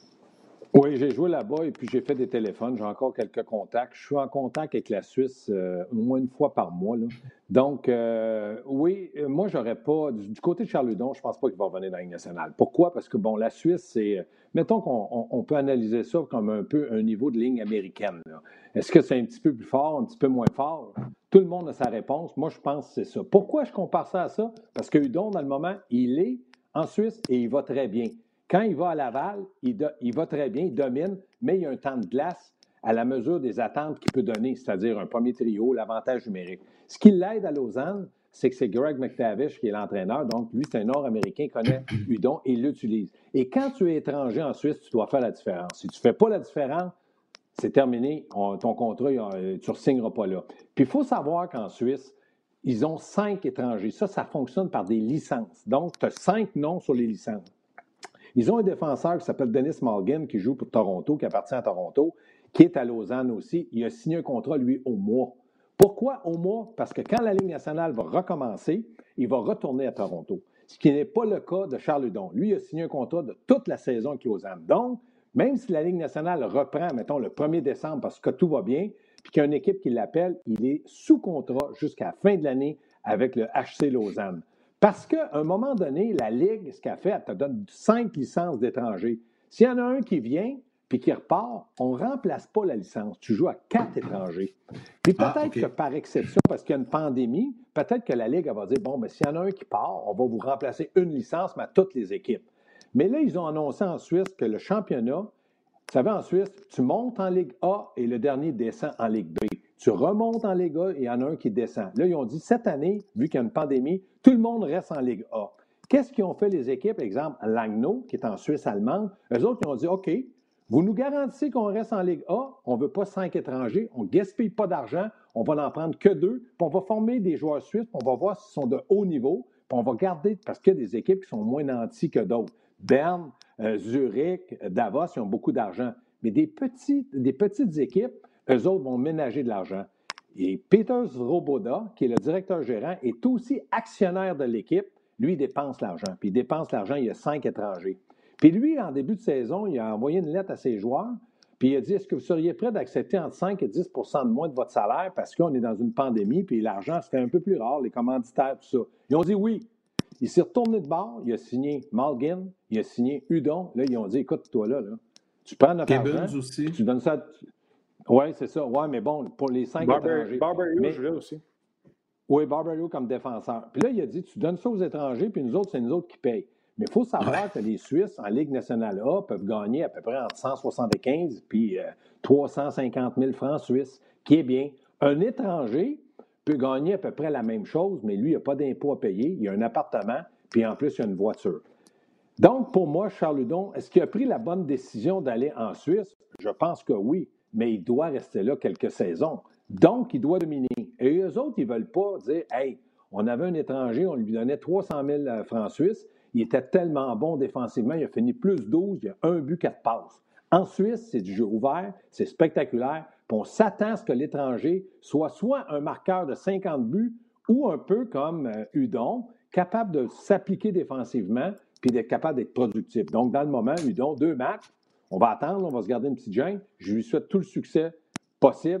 Oui, j'ai joué là-bas et puis j'ai fait des téléphones. J'ai encore quelques contacts. Je suis en contact avec la Suisse euh, au moins une fois par mois. Là. Donc, euh, oui, moi, j'aurais pas. Du, du côté de Charles Hudon, je pense pas qu'il va revenir dans la Ligue nationale. Pourquoi? Parce que, bon, la Suisse, c'est. Mettons qu'on on, on peut analyser ça comme un peu un niveau de ligne américaine. Là. Est-ce que c'est un petit peu plus fort, un petit peu moins fort? Tout le monde a sa réponse. Moi, je pense que c'est ça. Pourquoi je compare ça à ça? Parce que Hudon, dans le moment, il est en Suisse et il va très bien. Quand il va à Laval, il, do, il va très bien, il domine, mais il y a un temps de glace à la mesure des attentes qu'il peut donner, c'est-à-dire un premier trio, l'avantage numérique. Ce qui l'aide à Lausanne, c'est que c'est Greg McTavish qui est l'entraîneur, donc lui, c'est un Nord-Américain, il connaît Hudon et il l'utilise. Et quand tu es étranger en Suisse, tu dois faire la différence. Si tu ne fais pas la différence, c'est terminé, on, ton contrat, tu ne re-signeras pas là. Puis il faut savoir qu'en Suisse, ils ont cinq étrangers. Ça, ça fonctionne par des licences. Donc, tu as cinq noms sur les licences. Ils ont un défenseur qui s'appelle Dennis Malgin, qui joue pour Toronto, qui appartient à Toronto, qui est à Lausanne aussi. Il a signé un contrat, lui, au mois. Pourquoi au mois? Parce que quand la Ligue nationale va recommencer, il va retourner à Toronto. Ce qui n'est pas le cas de Charles Hudon. Lui, il a signé un contrat de toute la saison avec Lausanne. Donc, même si la Ligue nationale reprend, mettons, le premier décembre parce que tout va bien, puis qu'il y a une équipe qui l'appelle, il est sous contrat jusqu'à la fin de l'année avec le H C Lausanne. Parce qu'à un moment donné, la Ligue, ce qu'elle fait, elle te donne cinq licences d'étrangers. S'il y en a un qui vient puis qui repart, on ne remplace pas la licence. Tu joues à quatre étrangers. Puis peut-être ah, okay. que par exception, parce qu'il y a une pandémie, peut-être que la Ligue elle va dire, bon, ben, s'il y en a un qui part, on va vous remplacer une licence, mais à toutes les équipes. Mais là, ils ont annoncé en Suisse que le championnat, vous savez, en Suisse, tu montes en Ligue A et le dernier descend en Ligue B. Tu remontes en Ligue A et il y en a un qui descend. Là, ils ont dit, cette année, vu qu'il y a une pandémie, tout le monde reste en Ligue A. Qu'est-ce qu'ils ont fait les équipes? Exemple, Langnau, qui est en Suisse allemande, eux autres, ils ont dit, OK, vous nous garantissez qu'on reste en Ligue A, on ne veut pas cinq étrangers, on ne gaspille pas d'argent, on va n'en prendre que deux, puis on va former des joueurs suisses, puis on va voir s'ils sont de haut niveau, puis on va garder, parce qu'il y a des équipes qui sont moins nantis que d'autres. Berne, euh, Zurich, Davos, ils ont beaucoup d'argent. Mais des, petits, des petites équipes, eux autres vont ménager de l'argent. Et Peter Zroboda, qui est le directeur gérant, est aussi actionnaire de l'équipe. Lui, il dépense l'argent. Puis il dépense l'argent, il y a cinq étrangers. Puis lui, en début de saison, il a envoyé une lettre à ses joueurs, puis il a dit, est-ce que vous seriez prêts d'accepter entre cinq et dix pour cent de moins de votre salaire parce qu'on est dans une pandémie, puis l'argent, c'était un peu plus rare, les commanditaires, tout ça. Ils ont dit oui. Il s'est retourné de bord, il a signé Malgin, il a signé Hudon. Là, ils ont dit, écoute, toi là, là tu prends notre Gibbons argent, aussi. tu donnes ça... Oui, c'est ça. Oui, mais bon, pour les cinq Barber, étrangers. Barberio, mais, je l'ai aussi. Oui, Barberio comme défenseur. Puis là, il a dit, tu donnes ça aux étrangers, puis nous autres, c'est nous autres qui payent. Mais il faut savoir ouais. que les Suisses, en Ligue nationale A, peuvent gagner à peu près entre cent soixante-quinze puis euh, trois cent cinquante mille francs suisses, qui est bien. Un étranger peut gagner à peu près la même chose, mais lui, il n'a pas d'impôt à payer, il a un appartement, puis en plus, il a une voiture. Donc, pour moi, Charles Hudon, est-ce qu'il a pris la bonne décision d'aller en Suisse? Je pense que oui, mais il doit rester là quelques saisons. Donc, il doit dominer. Et eux autres, ils ne veulent pas dire, « Hey, on avait un étranger, on lui donnait trois cent mille francs suisses, il était tellement bon défensivement, il a fini plus douze, il a un but, quatre passes. » En Suisse, c'est du jeu ouvert, c'est spectaculaire, puis on s'attend à ce que l'étranger soit soit un marqueur de cinquante buts ou un peu comme euh, Hudon, capable de s'appliquer défensivement puis d'être capable d'être productif. Donc, dans le moment, Hudon, deux matchs, on va attendre, on va se garder une petite gêne. Je lui souhaite tout le succès possible,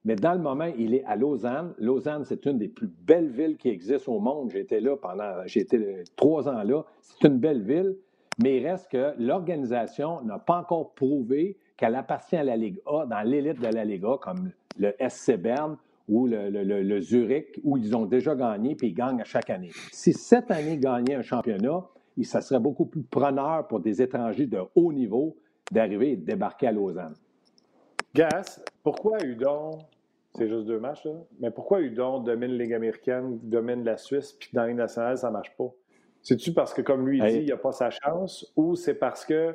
mais dans le moment, il est à Lausanne. Lausanne, c'est une des plus belles villes qui existent au monde. J'étais là pendant, j'ai été trois ans là. C'est une belle ville, mais il reste que l'organisation n'a pas encore prouvé qu'elle appartient à la Ligue A, dans l'élite de la Ligue A, comme le S C Berne ou le, le, le, le Zurich, où ils ont déjà gagné, puis ils gagnent à chaque année. Si cette année ils gagnaient un championnat, ça serait beaucoup plus preneur pour des étrangers de haut niveau d'arriver et de débarquer à Lausanne. Gas, pourquoi Hudon, c'est juste deux matchs, là, mais pourquoi Hudon domine la Ligue américaine, domine la Suisse, puis dans la Ligue nationale, ça ne marche pas? C'est-tu parce que, comme lui dit, il n'a pas sa chance, ou c'est parce que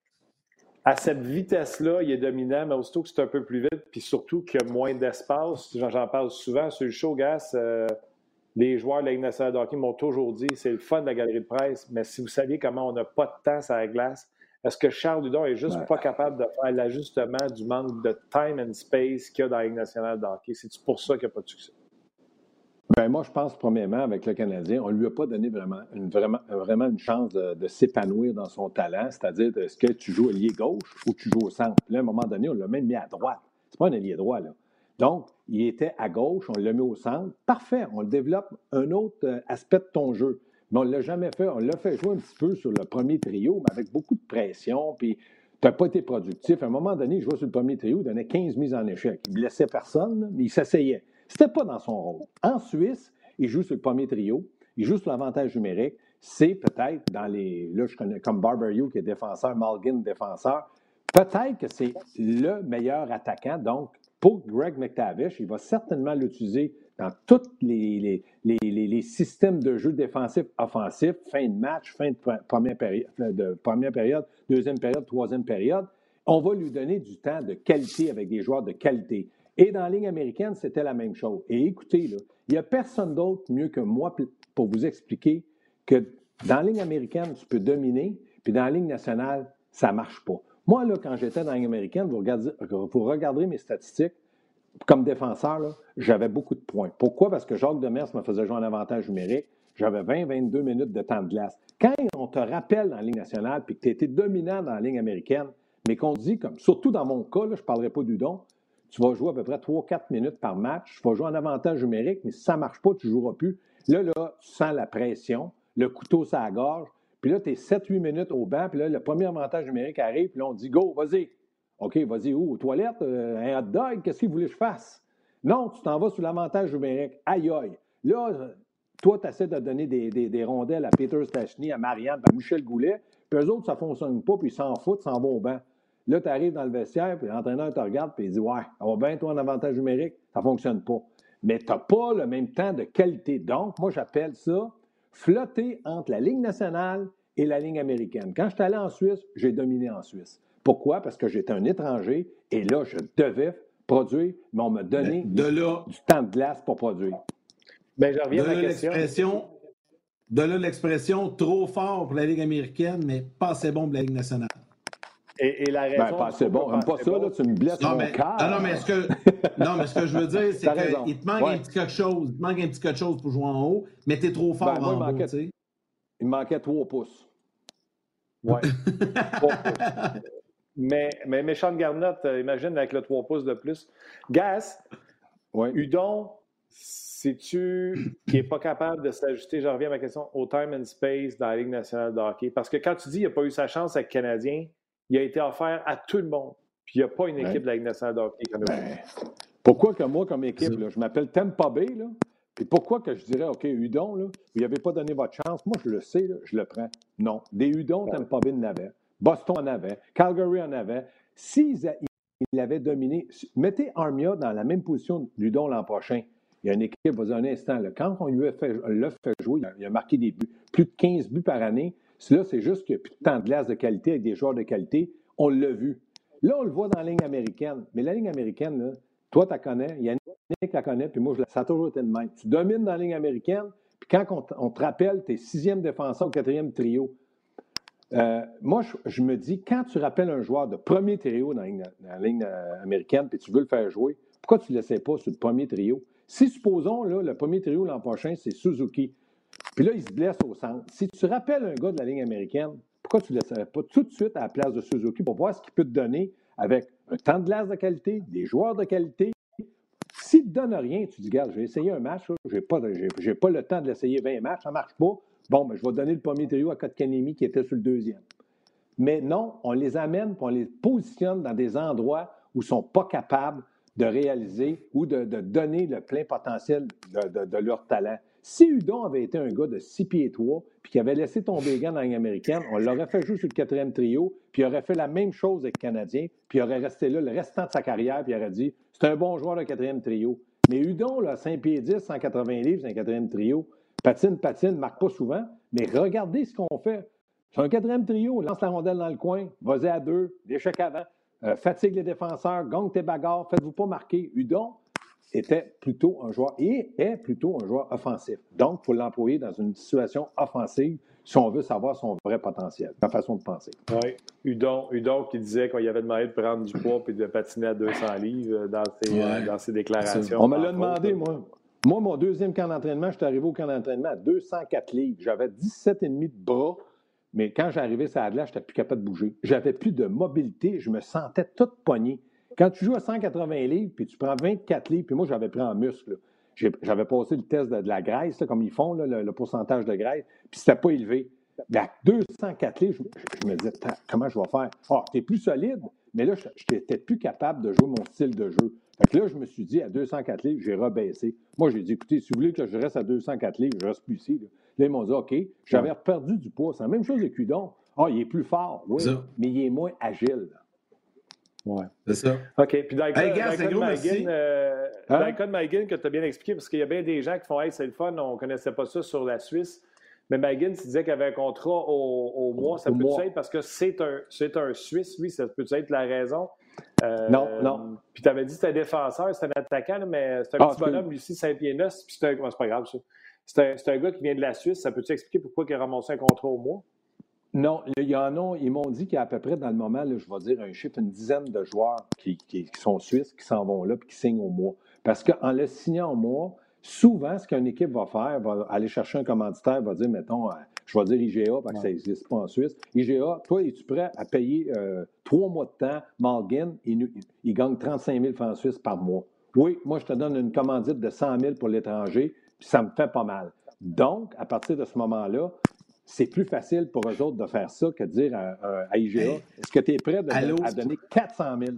à cette vitesse-là, il est dominant, mais aussitôt que c'est un peu plus vite, puis surtout qu'il y a moins d'espace, j'en parle souvent sur le show, Gas, euh, les joueurs de la Ligue nationale de hockey m'ont toujours dit, c'est le fun de la galerie de presse, mais si vous saviez comment on n'a pas de temps sur la glace, est-ce que Charles Hudon est juste ouais. pas capable de faire l'ajustement du manque de time and space qu'il y a dans la Ligue nationale de hockey? C'est pour ça qu'il n'y a pas de succès? Bien, moi, je pense, premièrement, avec le Canadien, on ne lui a pas donné vraiment une, vraiment, vraiment une chance de, de s'épanouir dans son talent, c'est-à-dire, est-ce que tu joues ailier gauche ou tu joues au centre? Puis là, à un moment donné, on l'a même mis à droite. C'est pas un ailier droit, là. Donc, il était à gauche, on l'a mis au centre. Parfait, on le développe un autre aspect de ton jeu. Mais on ne l'a jamais fait. On l'a fait jouer un petit peu sur le premier trio, mais avec beaucoup de pression, puis tu n'as pas été productif. À un moment donné, il jouait sur le premier trio, il donnait quinze mises en échec. Il ne blessait personne, mais il s'essayait. C'était pas dans son rôle. En Suisse, il joue sur le premier trio, il joue sur l'avantage numérique. C'est peut-être dans les... Là, je connais comme Barberio qui est défenseur, Malgin défenseur. Peut-être que c'est le meilleur attaquant. Donc, pour Greg McTavish, il va certainement l'utiliser dans tous les, les, les, les systèmes de jeu défensif, offensif, fin de match, fin de première période, de première période, deuxième période, troisième période. On va lui donner du temps de qualité avec des joueurs de qualité. Et dans la Ligue américaine, c'était la même chose. Et écoutez, là, il n'y a personne d'autre mieux que moi pour vous expliquer que dans la Ligue américaine, tu peux dominer, puis dans la Ligue nationale, ça ne marche pas. Moi, là, quand j'étais dans la Ligue américaine, vous regardez, vous regardez mes statistiques, comme défenseur, là, j'avais beaucoup de points. Pourquoi? Parce que Jacques Demers me faisait jouer en avantage numérique. J'avais vingt à vingt-deux minutes de temps de glace. Quand on te rappelle dans la Ligue nationale puis que tu as été dominant dans la Ligue américaine, mais qu'on dit, comme surtout dans mon cas, là, je ne parlerai pas d'Hudon, tu vas jouer à peu près trois à quatre minutes par match. Tu vas jouer en avantage numérique, mais si ça ne marche pas, tu ne joueras plus. Là, là, tu sens la pression, le couteau sur la gorge. Puis là, tu es sept à huit minutes au banc. Puis là, le premier avantage numérique arrive. Puis là, on dit « Go, vas-y ». OK, vas-y, où? Aux toilettes? Euh, un hot dog? Qu'est-ce qu'il voulait que je fasse? Non, tu t'en vas sur l'avantage numérique. Aïe, aïe. Là, toi, tu essaies de donner des, des, des rondelles à Peter Stachny, à Marianne, à Michel Goulet. Puis eux autres, ça ne fonctionne pas, puis ils s'en foutent, s'en vont au banc. Là, tu arrives dans le vestiaire, puis l'entraîneur te regarde, puis il dit « Ouais, ça va bien, toi, en avantage numérique? Ça ne fonctionne pas. » Mais tu n'as pas le même temps de qualité. Donc, moi, j'appelle ça flotter entre la Ligue nationale et la Ligue américaine. Quand je suis allé en Suisse, j'ai dominé en Suisse. Pourquoi? Parce que j'étais un étranger et là, je devais produire, mais on m'a donné de là, du temps de glace pour produire. Bien, je reviens de à là ma question. De là, l'expression trop fort pour la Ligue américaine, mais pas assez bon pour la Ligue nationale. Et, et la raison... Ben, pas assez bon. J'aime pas ça, bon. Là, tu me blesses non, mon mais, cœur. Non, non, mais ce que, non, mais ce que je veux dire, c'est qu'il te manque ouais. un petit quelque chose. Il te manque un petit quelque chose pour jouer en haut, mais t'es trop fort ben, moi, en haut, tu sais. Il me manquait trois pouces. Oui. trois pouces. Mais, mais méchante garnotte, imagine avec le trois pouces de plus. Gas, ouais. Hudon, sais-tu qui n'est pas capable de s'ajuster, je reviens à ma question, au time and space dans la Ligue nationale de hockey? Parce que quand tu dis qu'il n'a pas eu sa chance avec le Canadien, il a été offert à tout le monde. Puis il n'y a pas une équipe ouais. de la Ligue nationale de hockey comme ben, pourquoi que moi, comme équipe, là, je m'appelle Tampa Bay, là, puis pourquoi que je dirais, OK, Hudon, là, vous n'avez pas donné votre chance, moi, je le sais, là, je le prends. Non. Des Hudon, ouais. Tampa Bay en avait. Boston en avait. Calgary en avait. S'ils il avaient dominé, mettez Armia dans la même position d'Hudon l'an prochain. Il y a une équipe, vas-y un instant, là, quand on lui a fait, l'a fait jouer, il a marqué des buts. Plus de quinze buts par année. Là, c'est juste qu'il n'y a plus de temps de glace de qualité avec des joueurs de qualité. On l'a vu. Là, on le voit dans la ligne américaine. Mais la ligne américaine, là, toi, tu la connais, Yannick la connaît, puis moi, je la, ça a toujours été de même. Tu domines dans la ligne américaine, puis quand on, on te rappelle, tu es sixième défenseur au quatrième trio. Euh, moi, je, je me dis, quand tu rappelles un joueur de premier trio dans la ligne, dans la ligne euh, américaine, puis tu veux le faire jouer, pourquoi tu ne le laissais pas sur le premier trio? Si, supposons, là, le premier trio l'an prochain, c'est Suzuki, puis là, il se blesse au centre. Si tu rappelles un gars de la ligne américaine, pourquoi tu ne le laisserais pas tout de suite à la place de Suzuki pour voir ce qu'il peut te donner avec un temps de glace de qualité, des joueurs de qualité, S'il ne te donne rien, tu dis, regarde, j'ai essayé un match, je n'ai pas, j'ai, j'ai pas le temps de l'essayer vingt matchs, ça ne marche pas. Bon, ben, je vais donner le premier trio à Kotkaniemi qui était sur le deuxième. Mais non, on les amène et on les positionne dans des endroits où ils ne sont pas capables de réaliser ou de, de donner le plein potentiel de, de, de leur talent. Si Hudon avait été un gars de six pieds trois puis qu'il avait laissé tomber les gants dans la Ligue américaine, on l'aurait fait jouer sur le quatrième trio, puis il aurait fait la même chose avec le Canadien, puis il aurait resté là le restant de sa carrière, puis il aurait dit c'est un bon joueur de quatrième trio. Mais Hudon, là, cinq pieds dix, cent quatre-vingts livres, c'est un quatrième trio. Patine, patine, marque pas souvent, mais regardez ce qu'on fait. C'est un quatrième trio, lance la rondelle dans le coin, vas-y à deux, l'échec avant, euh, fatigue les défenseurs, gagne tes bagarres, faites-vous pas marquer. Hudon était plutôt un joueur, et est plutôt un joueur offensif. Donc, il faut l'employer dans une situation offensive si on veut savoir son vrai potentiel, sa façon de penser. Oui, Hudon, Hudon qui disait qu'on y avait demandé de prendre du poids et de patiner à deux cents livres dans ses, ouais. dans ses déclarations. On me l'a demandé, moi. Moi, mon deuxième camp d'entraînement, je suis arrivé au camp d'entraînement à deux cent quatre livres. J'avais dix-sept virgule cinq de bras. Mais quand j'arrivais sur la glace, je n'étais plus capable de bouger. J'avais plus de mobilité. Je me sentais toute poignée. Quand tu joues à cent quatre-vingts livres, puis tu prends vingt-quatre livres, puis moi, j'avais pris en muscle. J'ai, j'avais passé le test de, de la graisse, là, comme ils font, là, le, le pourcentage de graisse, puis c'était pas élevé. Mais à deux cent quatre livres, je, je me disais, comment je vais faire? Ah, oh, t'es plus solide, mais là, je n'étais plus capable de jouer mon style de jeu. Fait que là, je me suis dit, à deux cent quatre livres, j'ai rebaissé. Moi, j'ai dit, écoutez, si vous voulez que je reste à deux cent quatre livres, je reste plus ici. Là, là ils m'ont dit, OK, j'avais perdu du poids. C'est la même chose avec Hudon. Ah, il est plus fort, oui, ça. Mais il est moins agile. Oui, c'est ça. OK. Puis dans le cas, hey, gars, dans le cas de Maguin, euh, hein? Dans le cas de Maguin, que tu as bien expliqué, parce qu'il y a bien des gens qui font, hey, c'est le fun, on ne connaissait pas ça sur la Suisse. Mais Maguin, tu disais qu'il avait un contrat au, au mois. Ça peut-être être parce que c'est un, c'est un Suisse, lui, ça peut être la raison. Euh, non, non. Puis tu avais dit que c'était un défenseur, c'était un attaquant, là, mais c'est un ah, petit bonhomme, lui aussi, cinq pieds neuf. Puis c'est un, c'est pas grave, ça. C'est un, c'est un gars qui vient de la Suisse. Ça peut-tu expliquer pourquoi il a ramassé un contrat au mois? Non, il y en a, ils m'ont dit qu'il y a à peu près, dans le moment, là, je vais dire un chiffre, une dizaine de joueurs qui, qui, qui sont suisses, qui s'en vont là et qui signent au mois. Parce qu'en le signant au mois, souvent, ce qu'une équipe va faire, va aller chercher un commanditaire, va dire, mettons, je vais dire I G A, parce que ça n'existe pas en Suisse. I G A, toi, es-tu prêt à payer euh, trois mois de temps? Malgin, il, il gagne trente-cinq mille francs suisses par mois. Oui, moi, je te donne une commandite de cent mille pour l'étranger, puis ça me fait pas mal. Donc, à partir de ce moment-là, c'est plus facile pour eux autres de faire ça que de dire à, à I G A, est-ce que tu es prêt de, Allô, à donner quatre cent mille?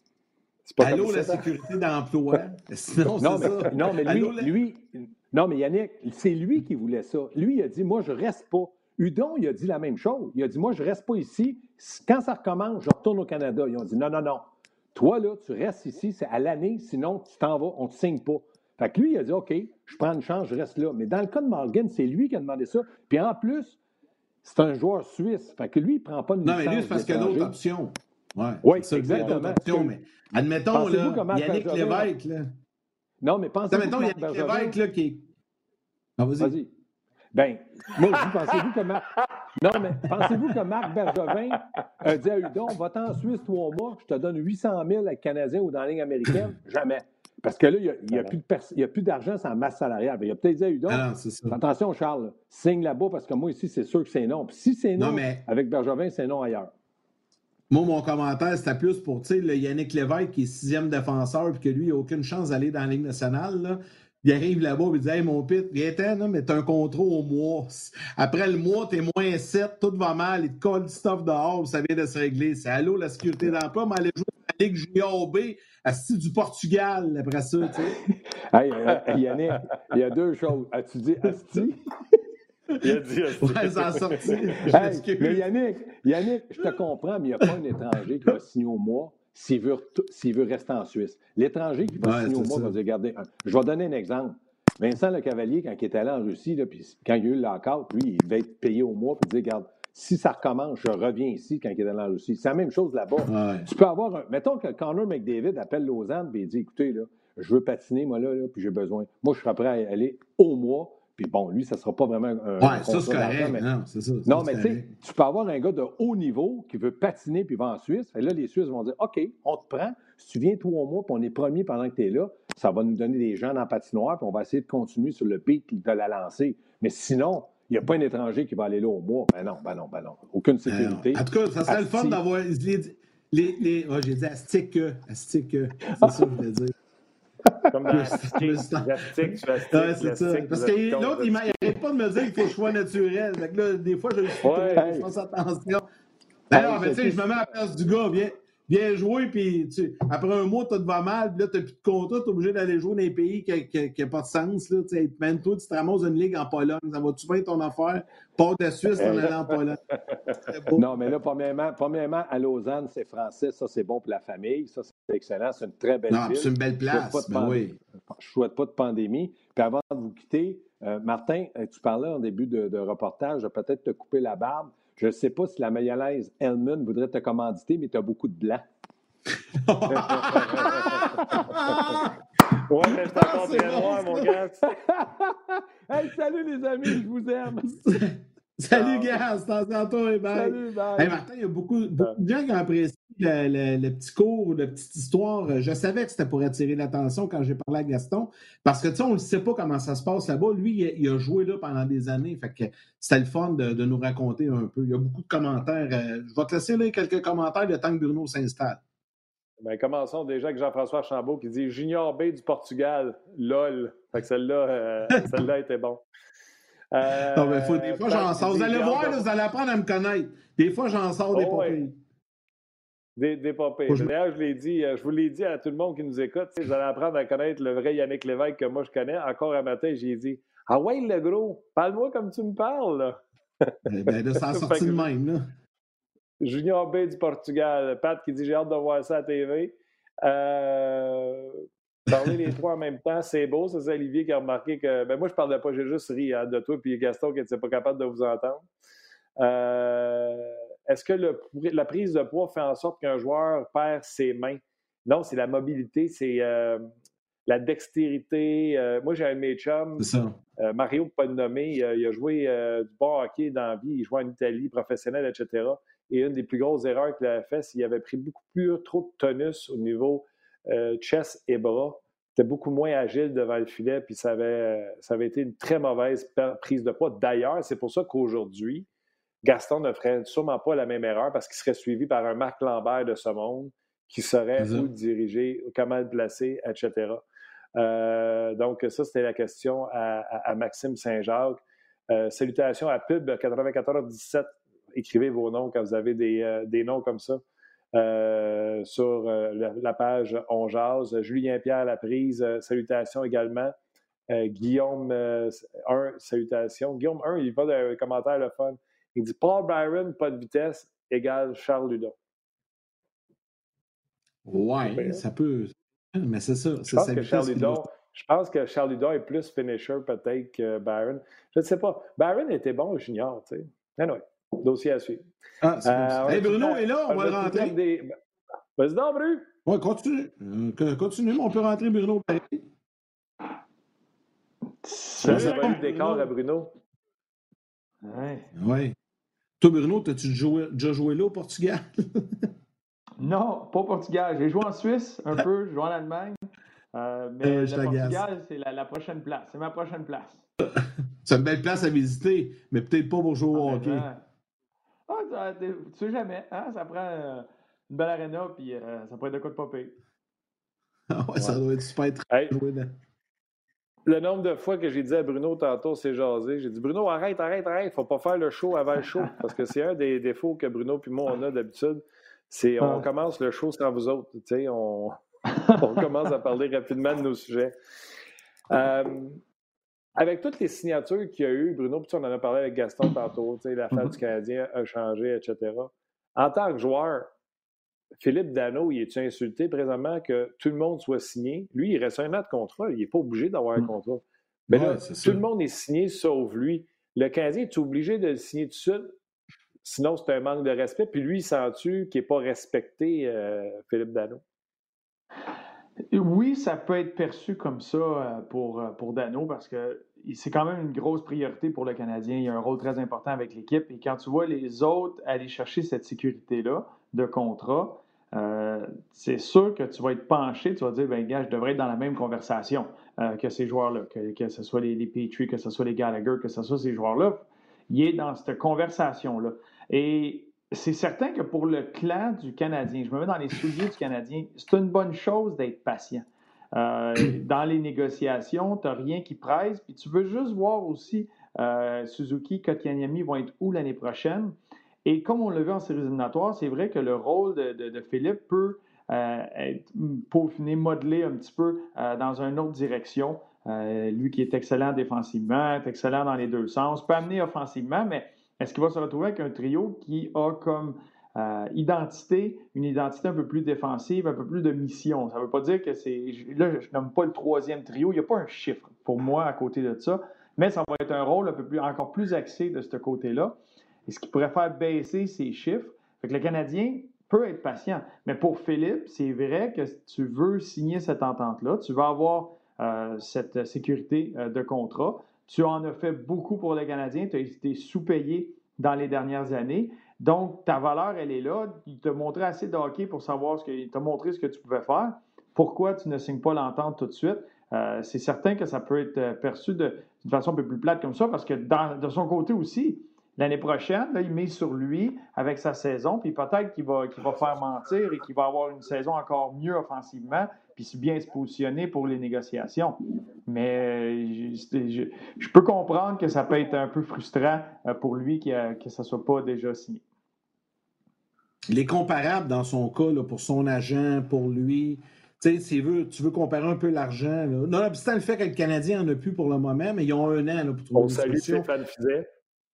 C'est pas Allô, la ça, sécurité d'emploi. Sinon, non, c'est mais, ça. Non, mais lui, Allô, lui, non, mais Yannick, c'est lui qui voulait ça. Lui, il a dit, moi, je reste pas. Hudon, il a dit la même chose. Il a dit, moi, je reste pas ici. Quand ça recommence, je retourne au Canada. Ils ont dit, non, non, non. Toi, là, tu restes ici, c'est à l'année, sinon, tu t'en vas, on ne te signe pas. Fait que lui, il a dit, OK, je prends une chance, je reste là. Mais dans le cas de Malgin, c'est lui qui a demandé ça. Puis en plus, c'est un joueur suisse. Fait que lui, il ne prend pas de licence. Non, mais lui, c'est parce qu'il y a d'autres options. Ouais, oui, c'est exactement. Options, mais admettons, là, Yannick Lévesque, là. Non, mais pensez-vous admettons, Yannick Lévesque, là, qui est... Ah, vas-y. Vas-y. Ben, moi, je dis, pensez-vous que Marc... Non, mais pensez-vous que Marc Bergevin a dit à Hudon, va-t'en en Suisse trois mois, je te donne huit cent mille avec Canadien ou dans la ligne américaine? Jamais. Parce que là, il n'y a, a, pers- a plus d'argent sans masse salariale. Il a peut-être dit à Hudon, ah non, c'est ça. Attention, Charles, signe là-bas parce que moi, ici, c'est sûr que c'est non. Puis si c'est non, non mais... avec Bergevin, c'est non ailleurs. Moi, mon commentaire, c'était plus pour, tu sais, le Yannick Lévesque qui est sixième défenseur puis que lui, il n'a aucune chance d'aller dans la Ligue nationale, là. Il arrive là-bas et il dit, hey, mon pit, viens-t'en, mais t'as un contrat au mois. Après le mois, t'es moins sept, tout va mal, il te colle du stuff dehors, ça vient de se régler. C'est allô, la sécurité d'emploi, mais aller jouer dans la Ligue Junior B, Asti du Portugal, après ça, tu sais. Hey, euh, Yannick, il y a deux choses. As-tu dit Asti? Il a dit Asti. Ouais, ça a sorti. Hey, mais Yannick, Yannick, je te comprends, mais il n'y a pas un étranger qui va signer au mois s'il veut, s'il veut rester en Suisse. L'étranger qui va ouais, signer au mois ça. va dire, regardez, je vais donner un exemple. Vincent Lecavalier, quand il est allé en Russie, là, puis quand il y a eu le lockout, lui, il devait être payé au mois, puis il dit, regarde, si ça recommence, je reviens ici quand il est allé en Russie. C'est la même chose là-bas. Ouais. Tu peux avoir un... Mettons que Connor McDavid appelle Lausanne et il dit, écoutez, là, je veux patiner, moi, là, là puis j'ai besoin. Moi, je serais prêt à aller au mois. Puis bon, lui, ça ne sera pas vraiment un. Oui, ça, c'est correct. Mais... Non, c'est ça. Non, mais tu sais, tu peux avoir un gars de haut niveau qui veut patiner puis va en Suisse. Et là, les Suisses vont dire, OK, on te prend. Si tu viens trois mois puis on est premier pendant que tu es là, ça va nous donner des gens dans la patinoire puis on va essayer de continuer sur le pic de la lancer. Mais sinon, il n'y a pas un étranger qui va aller là au mois. Ben non, ben non, ben non. Aucune sécurité. En tout cas, ça serait Asti. Le fun d'avoir. Les, les, les... Oh, j'ai dit astique. Astique. C'est ça que je voulais dire. Comme dans ski, plastique, plastique, ouais, c'est ça. Parce que l'autre, il n'arrête pas de me dire qu'il faut que je sois naturel. Fait que là, des fois, je le suis ouais, trop, hey. Je fasse attention. Ben hey, non, mais tu sais, je me mets à la place du gars, viens, viens jouer, puis tu, après un mois, tu te vas mal, puis là, tu n'as plus de contrat, tu es obligé d'aller jouer dans des pays qui n'ont pas de sens. Là, même toi, tu te ramasses une ligue en Pologne, ça va-tu bien ton affaire? Pas de Suisse, t'en allais en Pologne. Non, mais là, premièrement, premièrement, à Lausanne, c'est français, ça, c'est bon pour la famille, ça, c'est excellent, c'est une très belle non, ville. C'est une belle place, ben oui. Je ne souhaite pas de pandémie. Puis avant de vous quitter, euh, Martin, tu parlais en début de, de reportage de peut-être te couper la barbe. Je ne sais pas si la mayonnaise Hellman voudrait te commanditer, mais tu as beaucoup de blanc. Ouais, mais c'est encore très noir, mon gars. Hey, salut les amis, je vous aime. Salut, gars, c'est en toi et bye. Salut, bye. Hey, Martin, il y a beaucoup, beaucoup de gens qui ont apprécié le, le, le petit cours, la petite histoire. Je savais que c'était pour attirer l'attention quand j'ai parlé à Gaston, parce que, tu sais, on ne sait pas comment ça se passe là-bas. Lui, il a, il a joué là pendant des années, fait que c'était le fun de, de nous raconter un peu. Il y a beaucoup de commentaires. Je vais te laisser là quelques commentaires le temps que Bruno s'installe. Bien, commençons déjà avec Jean-François Archambault qui dit « Junior B du Portugal, lol ». Fait que celle-là, euh, celle-là était bon. Euh, non, mais faut, des fois, j'en sors. Vous allez voir, là, vous allez apprendre à me connaître. Des fois, j'en sors des oh, papiers. Ouais. Des, des papiers. D'ailleurs, je l'ai dit, je vous l'ai dit à tout le monde qui nous écoute, vous allez apprendre à connaître le vrai Yannick Lévesque que moi, je connais. Encore un matin, j'ai dit « Ah ouais, le gros, parle-moi comme tu me parles. » là. Eh bien, là, ça a sorti de même, là. Junior B du Portugal. Pat qui dit « J'ai hâte de voir ça à la T V. Euh... » Parler les trois en même temps, c'est beau. Ça, c'est Olivier qui a remarqué que... Ben moi, je ne parlais pas, j'ai juste ri hein, de toi puis Gaston qui n'était pas capable de vous entendre. Euh... Est-ce que le... la prise de poids fait en sorte qu'un joueur perd ses mains? Non, c'est la mobilité, c'est euh... la dextérité. Euh... Moi, j'ai un de mes chums, euh, Mario, pour ne pas le nommer, euh, il a joué euh, du bon hockey dans la vie, il jouait en Italie, professionnel, et cetera. Et une des plus grosses erreurs qu'il avait fait, c'est qu'il avait pris beaucoup plus trop de tonus au niveau euh, chest et bras. Il était beaucoup moins agile devant le filet, puis ça avait, ça avait été une très mauvaise prise de poids. D'ailleurs, c'est pour ça qu'aujourd'hui, Gaston ne ferait sûrement pas la même erreur parce qu'il serait suivi par un Marc Lambert de ce monde qui saurait où diriger, comment le placer, et cetera. Euh, donc, ça, c'était la question à, à, à Maxime Saint-Jacques. Euh, salutations à Pub quatre-vingt-quatorze dix-sept. Écrivez vos noms quand vous avez des, euh, des noms comme ça euh, sur euh, la, la page On Jase. Julien Pierre Laprise, euh, salutations également. Euh, Guillaume un, euh, salutations. Guillaume un, il va d'un commentaire le fun. Il dit Paul Byron, pas de vitesse, égale Charles Ludon. Ouais, ça peut. Mais c'est ça. Je pense, que Charles Ludon, je pense que Charles Ludon est plus finisher peut-être que Byron. Je ne sais pas. Byron était bon junior, tu sais. Anyway. Dossier à suivre. Ah, c'est euh, bon. Hey, Bruno est là, on va le rentrer. Des... Vas-y donc, Bru. Oui, continue. Euh, continue, mais on peut rentrer Bruno. Ça va eu des corps à Bruno. Oui. Ouais. Toi, Bruno, t'as-tu joué, déjà joué là au Portugal? Non, pas au Portugal. J'ai joué en Suisse un peu, j'ai joué en Allemagne. Euh, mais euh, le Portugal, c'est la, la prochaine place. C'est ma prochaine place. C'est une belle place à visiter, mais peut-être pas pour jouer au ah, hockey. Ben, ah, tu sais jamais, hein? Ça prend euh, une belle aréna, puis euh, ça pourrait être de quoi de pas pire. Ah ouais, ouais, ça doit être super très hey, le nombre de fois que j'ai dit à Bruno tantôt, c'est jasé. J'ai dit, Bruno, arrête, arrête, arrête, faut pas faire le show avant le show. Parce que c'est un des défauts que Bruno puis moi, on a d'habitude. C'est on ah. commence le show sans vous autres. Tu sais, on, on commence à parler rapidement de nos sujets. Euh, Avec toutes les signatures qu'il y a eu, Bruno, puis on en a parlé avec Gaston tantôt, l'affaire mm-hmm. du Canadien a changé, et cetera. En tant que joueur, Philippe Danault, il est-tu insulté présentement que tout le monde soit signé? Lui, il reste un an de contrat, il n'est pas obligé d'avoir mm-hmm. un contrat. Mais ouais, là, tout ça. Le monde est signé sauf lui. Le Canadien est obligé de le signer tout de suite, sinon c'est un manque de respect. Puis lui, il sent-tu qu'il n'est pas respecté, euh, Philippe Danault? Oui, ça peut être perçu comme ça pour, pour Danault parce que c'est quand même une grosse priorité pour le Canadien. Il a un rôle très important avec l'équipe. Et quand tu vois les autres aller chercher cette sécurité-là de contrat, euh, c'est sûr que tu vas être penché, tu vas dire, ben gars, je devrais être dans la même conversation euh, que ces joueurs-là, que, que ce soit les, les Petrie, que ce soit les Gallagher, que ce soit ces joueurs-là. Il est dans cette conversation-là. Et c'est certain que pour le clan du Canadien, je me mets dans les souliers du Canadien, c'est une bonne chose d'être patient. Euh, dans les négociations, tu n'as rien qui presse. Puis tu veux juste voir aussi euh, Suzuki, Kotkaniemi vont être où l'année prochaine. Et comme on l'a vu en séries éliminatoires, c'est vrai que le rôle de, de, de Philippe peut euh, être peaufiné, modelé un petit peu euh, dans une autre direction. Euh, lui qui est excellent défensivement, est excellent dans les deux sens, peut amener offensivement, mais est-ce qu'il va se retrouver avec un trio qui a comme euh, identité, une identité un peu plus défensive, un peu plus de mission? Ça ne veut pas dire que c'est... Là, je nomme pas le troisième trio, il n'y a pas un chiffre pour moi à côté de ça, mais ça va être un rôle un peu plus, encore plus axé de ce côté-là, et ce qui pourrait faire baisser ces chiffres. Fait que le Canadien peut être patient, mais pour Philippe, c'est vrai que tu veux signer cette entente-là, tu veux avoir Euh, cette sécurité euh, de contrat. Tu en as fait beaucoup pour le Canadien, tu as été sous-payé dans les dernières années. Donc, ta valeur, elle est là. Il t'a montré assez de hockey pour savoir ce que, il t'a montré ce que tu pouvais faire. Pourquoi tu ne signes pas l'entente tout de suite? Euh, c'est certain que ça peut être perçu de, d'une façon un peu plus plate comme ça, parce que dans, de son côté aussi, l'année prochaine, là, il met sur lui avec sa saison, puis peut-être qu'il va, qu'il va faire mentir et qu'il va avoir une saison encore mieux offensivement, puis bien se positionner pour les négociations. Mais je, je, je peux comprendre que ça peut être un peu frustrant pour lui que, que ça ne soit pas déjà signé. Il est comparable dans son cas, là, pour son agent, pour lui. Tu sais, si veux, tu veux comparer un peu l'argent. Là. Non, obstant le fait que le Canadien n'en a plus pour le moment, mais ils ont un an là, pour trouver On une salue solution. Stéphane Fizet.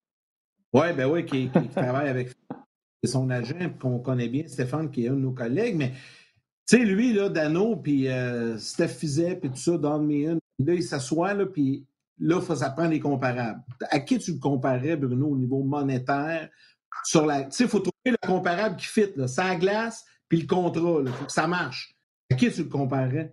Oui, ben oui, qui, qui travaille avec son agent, qu'on connaît bien, Stéphane, qui est un de nos collègues. Mais tu sais, lui, là, Dano, puis euh, Steph Fizet, puis tout ça, Don Meehan, là, il s'assoit, là, puis là, faut, ça prend des comparables. À qui tu le comparais, Bruno, au niveau monétaire? Sur la, tu sais, il faut trouver le comparable qui fit, là, sans glace, puis le contrat, il faut que ça marche. À qui tu le comparais?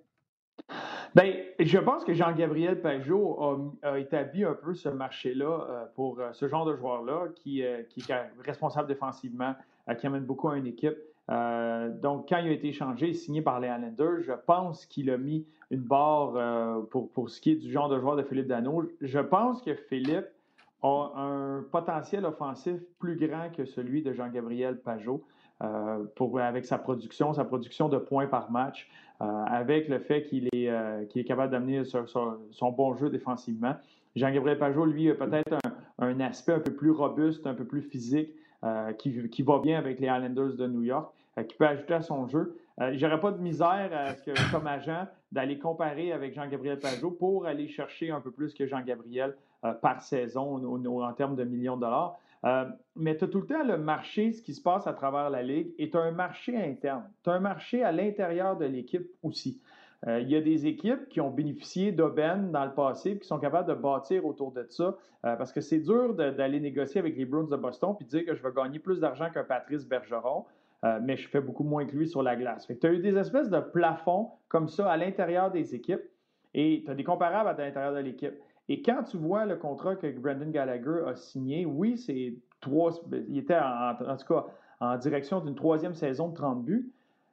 Bien, je pense que Jean-Gabriel Pageau a, a établi un peu ce marché-là euh, pour euh, ce genre de joueur-là qui, euh, qui est responsable défensivement, euh, qui amène beaucoup à une équipe. Euh, donc, quand il a été échangé et signé par les Islanders, je pense qu'il a mis une barre euh, pour, pour ce qui est du genre de joueur de Philippe Danault. Je pense que Philippe a un potentiel offensif plus grand que celui de Jean-Gabriel Pageau euh, pour, avec sa production, sa production de points par match. Euh, avec le fait qu'il est, euh, qu'il est capable d'amener son, son, son bon jeu défensivement. Jean-Gabriel Pageau, lui, a peut-être un, un aspect un peu plus robuste, un peu plus physique, euh, qui, qui va bien avec les Islanders de New York, euh, qui peut ajouter à son jeu. Euh, j'aurais pas de misère à ce que, comme agent, d'aller comparer avec Jean-Gabriel Pageau pour aller chercher un peu plus que Jean-Gabriel euh, par saison au, au, en termes de millions de dollars. Euh, mais tu as tout le temps le marché, ce qui se passe à travers la Ligue, et tu as un marché interne. Tu as un marché à l'intérieur de l'équipe aussi. Euh, il y a des équipes qui ont bénéficié d'aubaines dans le passé et qui sont capables de bâtir autour de ça euh, parce que c'est dur de, d'aller négocier avec les Bruins de Boston et de dire que je vais gagner plus d'argent qu'un Patrice Bergeron, euh, mais je fais beaucoup moins que lui sur la glace. Tu as eu des espèces de plafonds comme ça à l'intérieur des équipes et tu as des comparables à l'intérieur de l'équipe. Et quand tu vois le contrat que Brendan Gallagher a signé, oui, c'est trois. Il était en, en tout cas en direction d'une troisième saison de trente buts.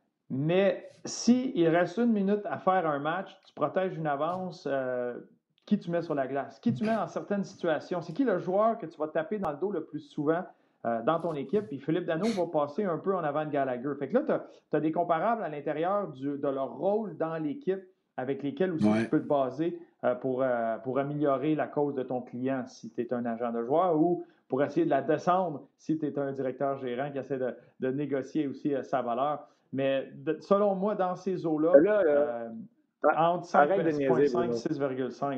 Mais s'il reste une minute à faire un match, tu protèges une avance, euh, qui tu mets sur la glace? Qui tu mets dans certaines situations? C'est qui le joueur que tu vas taper dans le dos le plus souvent euh, dans ton équipe? Puis Philippe Danault va passer un peu en avant de Gallagher. Fait que là, tu as des comparables à l'intérieur du, de leur rôle dans l'équipe avec lesquels aussi ouais. tu peux te baser euh, pour, euh, pour améliorer la cause de ton client si tu es un agent de joueur ou pour essayer de la descendre si tu es un directeur gérant qui essaie de, de négocier aussi euh, sa valeur. Mais de, selon moi, dans ces eaux-là, là, euh, entre cinq virgule cinq et six virgule cinq.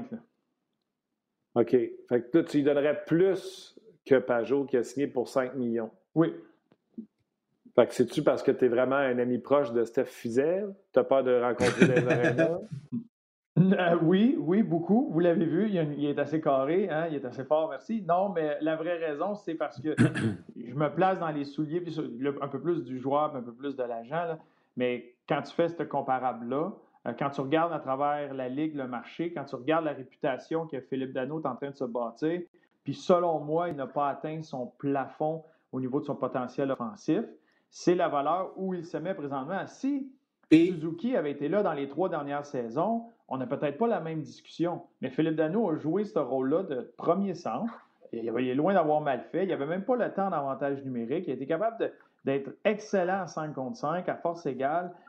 OK. Fait que là, tu lui donnerais plus que Pageau qui a signé pour cinq millions. Oui. Fait que c'est-tu parce que tu es vraiment un ami proche de Steph Fizet? Tu as peur de rencontrer les arénas? Euh, oui, oui, beaucoup. Vous l'avez vu, il, a, il est assez carré, hein? Il est assez fort, merci. Non, mais la vraie raison, c'est parce que je me place dans les souliers, puis un peu plus du joueur, un peu plus de l'agent. Là. Mais quand tu fais ce comparable-là, quand tu regardes à travers la Ligue, le marché, quand tu regardes la réputation que Philippe Danault est en train de se bâtir, puis selon moi, il n'a pas atteint son plafond au niveau de son potentiel offensif, c'est la valeur où il se met présentement. Si Et... Suzuki avait été là dans les trois dernières saisons, on n'a peut-être pas la même discussion. Mais Philippe Danault a joué ce rôle-là de premier centre. Il est loin d'avoir mal fait. Il n'avait même pas le temps d'avantage numérique. Il a été capable de, d'être excellent à cinq contre cinq, à force égale,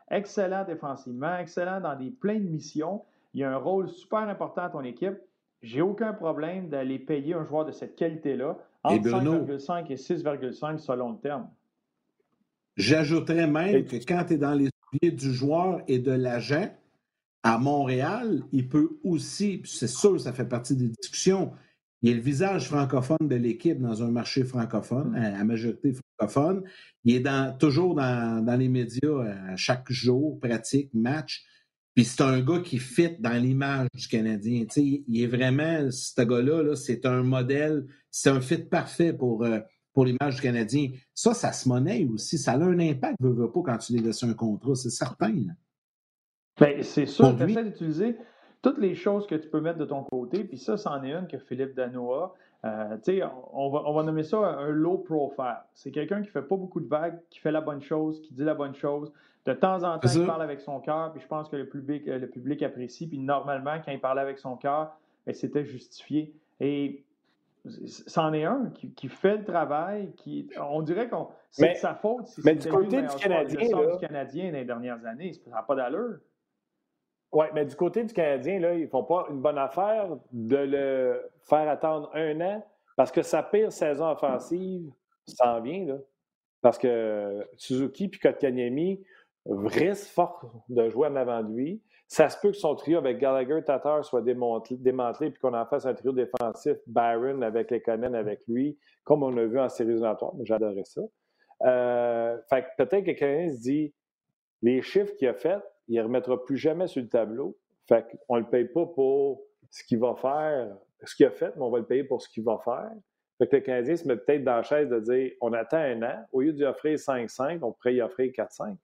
excellent défensivement, excellent dans des plein de missions. Il a un rôle super important à ton équipe. J'ai aucun problème d'aller payer un joueur de cette qualité-là entre cinq virgule cinq et six virgule cinq selon le terme. J'ajouterais même que quand tu es dans les souliers du joueur et de l'agent, à Montréal, il peut aussi, c'est sûr, ça fait partie des discussions, il est le visage francophone de l'équipe dans un marché francophone, à la majorité francophone. Il est dans, toujours dans, dans les médias à chaque jour, pratique, match. Puis c'est un gars qui fit dans l'image du Canadien. Tu sais, il est vraiment, ce gars-là, là, c'est un modèle, c'est un fit parfait pour, euh, pour l'image du Canadien. Ça, ça se monnaie aussi. Ça a un impact, veux, veux pas, quand tu négocies un contrat, c'est certain. Bien, c'est sûr que tu essaies d'utiliser toutes les choses que tu peux mettre de ton côté, puis ça, c'en est une que Philippe Danault a. Euh, tu sais, on va, on va nommer ça un low profile. C'est quelqu'un qui fait pas beaucoup de vagues, qui fait la bonne chose, qui dit la bonne chose. De temps en temps, il parle avec son cœur, puis je pense que le public, le public apprécie. Puis normalement, quand il parlait avec son cœur, bien, c'était justifié. Et c'en est un qui, qui fait le travail, qui, on dirait que c'est de sa faute si mais du côté du Canadien, là, du Canadien dans les dernières années. Ça n'a pas d'allure. Oui, mais du côté du Canadien, là, ils ne font pas une bonne affaire de le faire attendre un an parce que sa pire saison offensive s'en vient. Là. Parce que Suzuki et Kotkaniemi risquent fort de jouer en avant de lui. Ça se peut que son trio avec Gallagher, Tatar soit démantelé, démantelé puis qu'on en fasse un trio défensif Byron avec Lekonen avec lui, comme on a vu en séries éliminatoires. J'adorais ça. Euh, fait que peut-être que le Canadien se dit les chiffres qu'il a faits, il ne remettra plus jamais sur le tableau. Fait qu'on ne le paye pas pour ce qu'il va faire, ce qu'il a fait, mais on va le payer pour ce qu'il va faire. Fait que le Canadien se met peut-être dans la chaise de dire on attend un an, au lieu d'y offrir cinq cinq, on pourrait y offrir quatre cinq.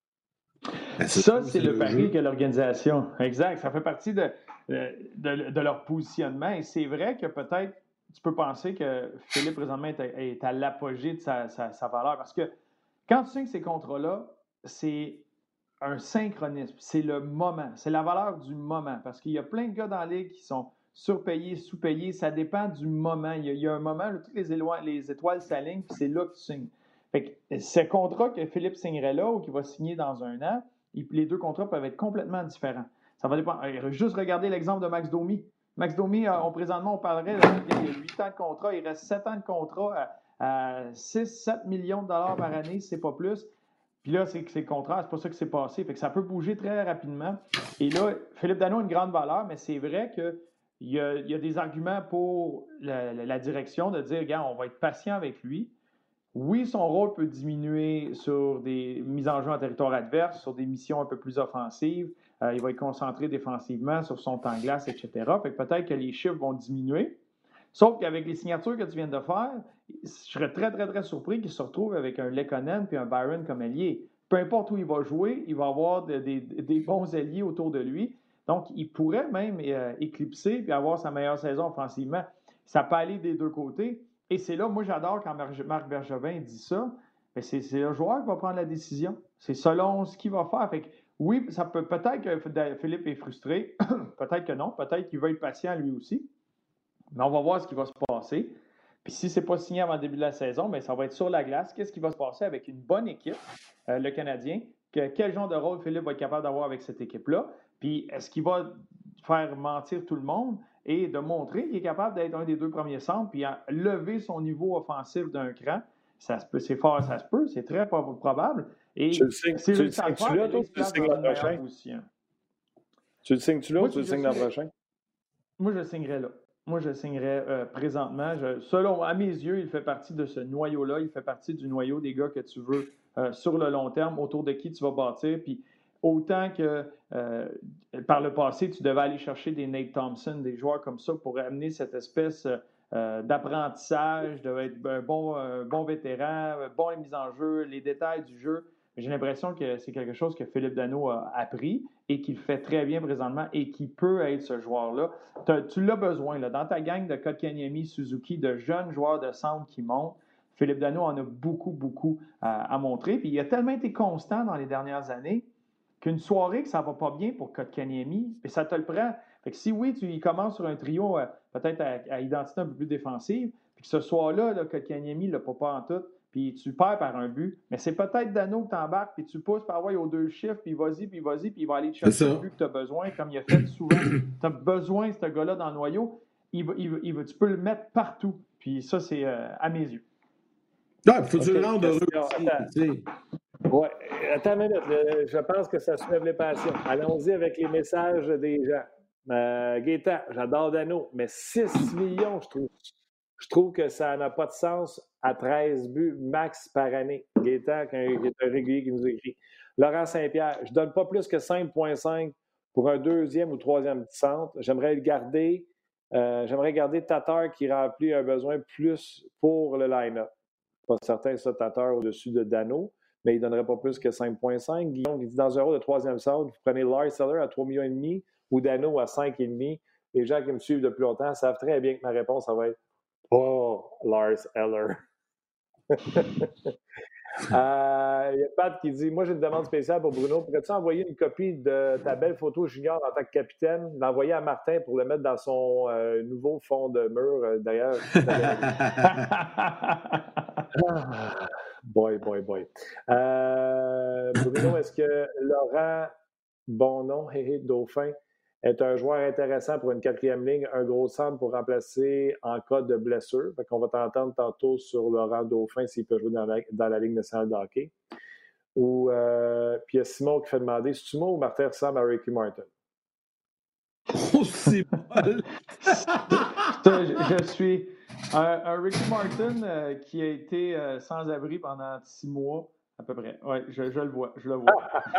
Ça, c'est le pari que l'organisation. Exact. Ça fait partie de, de, de, de leur positionnement. Et c'est vrai que peut-être tu peux penser que Philippe, présentement, est à, est à l'apogée de sa, sa, sa valeur. Parce que quand tu signes ces contrats-là, c'est un synchronisme. C'est le moment. C'est la valeur du moment. Parce qu'il y a plein de gars dans la ligue qui sont surpayés, sous-payés. Ça dépend du moment. Il y a, il y a un moment où toutes les, élo- les étoiles s'alignent, puis c'est là que tu signes. Fait que ce contrat que Philippe signerait là ou qu'il va signer dans un an, les deux contrats peuvent être complètement différents. Ça va dépendre. Juste regarder l'exemple de Max Domi. Max Domi, on, présentement, on parlerait, il y a huit ans de contrat, il reste sept ans de contrat à, à six sept millions de dollars par année, c'est pas plus. Puis là, c'est, c'est le contraire, c'est pas ça qui s'est passé. Fait que ça peut bouger très rapidement. Et là, Philippe Danault a une grande valeur, mais c'est vrai qu'il y a, il y a des arguments pour la, la, la direction de dire, regarde, on va être patient avec lui. Oui, son rôle peut diminuer sur des mises en jeu en territoire adverse, sur des missions un peu plus offensives. Euh, il va être concentré défensivement sur son temps de glace, et cetera. Fait que peut-être que les chiffres vont diminuer. Sauf qu'avec les signatures que tu viens de faire, je serais très, très, très surpris qu'il se retrouve avec un Lekonen puis un Byron comme ailier. Peu importe où il va jouer, il va avoir de, de, de, des bons alliés autour de lui. Donc, il pourrait même euh, éclipser puis avoir sa meilleure saison offensivement. Ça peut aller des deux côtés. Et c'est là, moi, j'adore quand Marc Bergevin dit ça, mais c'est, c'est le joueur qui va prendre la décision. C'est selon ce qu'il va faire. Fait que, oui, ça peut peut-être que Philippe est frustré, peut-être que non, peut-être qu'il veut être patient lui aussi. Mais on va voir ce qui va se passer. Puis si ce n'est pas signé avant le début de la saison, bien, ça va être sur la glace. Qu'est-ce qui va se passer avec une bonne équipe, euh, le Canadien? Que, quel genre de rôle Philippe va être capable d'avoir avec cette équipe-là? Puis est-ce qu'il va faire mentir tout le monde et de montrer qu'il est capable d'être un des deux premiers centres puis lever son niveau offensif d'un cran? Ça se peut, c'est fort, ça se peut, c'est très probable. Et tu le signes, si tu le signes-tu là, toi, tu le signes l'an prochain? Tu le signes-tu là ou tu le signes l'an prochain? Moi, je le signerais là. Moi, je le signerais euh, présentement. Je, selon, à mes yeux, il fait partie de ce noyau-là. Il fait partie du noyau des gars que tu veux euh, sur le long terme, autour de qui tu vas bâtir. Puis autant que euh, par le passé, tu devais aller chercher des Nate Thompson, des joueurs comme ça pour amener cette espèce euh, d'apprentissage, devait être un bon, un bon vétéran, bon les mises en jeu, les détails du jeu. J'ai l'impression que c'est quelque chose que Philippe Danault a appris et qu'il fait très bien présentement et qui peut être ce joueur-là. T'as, tu l'as besoin. Là, dans ta gang de Kotkaniemi, Suzuki, de jeunes joueurs de centre qui montent, Philippe Danault en a beaucoup, beaucoup à, à montrer. Puis il a tellement été constant dans les dernières années qu'une soirée que ça ne va pas bien pour Kotkaniemi, et ça te le prend. Fait que si oui, tu y commences sur un trio euh, peut-être à, à identité un peu plus défensive, puis que ce soir-là, là, Kotkaniemi ne l'a pas, pas en tout, puis tu perds par un but, mais c'est peut-être Dano que tu embarques, puis tu pousses par avoir aux deux chiffres, puis vas-y, puis vas-y, puis il va aller te chercher le but que tu as besoin, comme il a fait souvent. Tu as besoin de ce gars-là dans le noyau, il va, il va, il va, tu peux le mettre partout. Puis ça, c'est euh, à mes yeux. Ouais, il faut que tu le rendes heureux. Oui, attends une minute. Je pense que ça soulève les passions. Allons-y avec les messages des gens. Euh, Gaétan, j'adore Dano, mais six millions, je trouve. Je trouve que ça n'a pas de sens à treize buts max par année. Gaétan, qui est un régulier qui nous écrit. Laurent Saint-Pierre, je ne donne pas plus que cinq virgule cinq pour un deuxième ou troisième centre. J'aimerais le garder. Euh, j'aimerais garder Tatar qui remplit un besoin plus pour le line-up. Pas certain que ça, Tatar au-dessus de Dano, mais il ne donnerait pas plus que cinq virgule cinq. Guillaume, il dit dans un rôle de troisième centre, vous prenez Lars Eller à trois virgule cinq millions ou Dano à cinq virgule cinq. Les gens qui me suivent depuis longtemps savent très bien que ma réponse, ça va être oh, Lars Eller. Il euh, y a Pat qui dit moi, j'ai une demande spéciale pour Bruno. Pourrais-tu envoyer une copie de ta belle photo junior en tant que capitaine, l'envoyer à Martin pour le mettre dans son euh, nouveau fond de mur euh, derrière? Boy, boy, boy. Euh, Bruno, est-ce que Laurent Bonnon, hé, Dauphin, est un joueur intéressant pour une quatrième ligne, un gros centre pour remplacer en cas de blessure? Fait qu'on va t'entendre tantôt sur Laurent Dauphin s'il peut jouer dans la, dans la Ligue nationale de hockey. Ou, euh, puis il y a Simon qui fait demander, c'est-tu moi ou Martin ressemble à Ricky Martin? Oh, c'est mal! je, je suis un, un Ricky Martin euh, qui a été euh, sans abri pendant six mois, à peu près. Oui, je, je le vois, je le vois.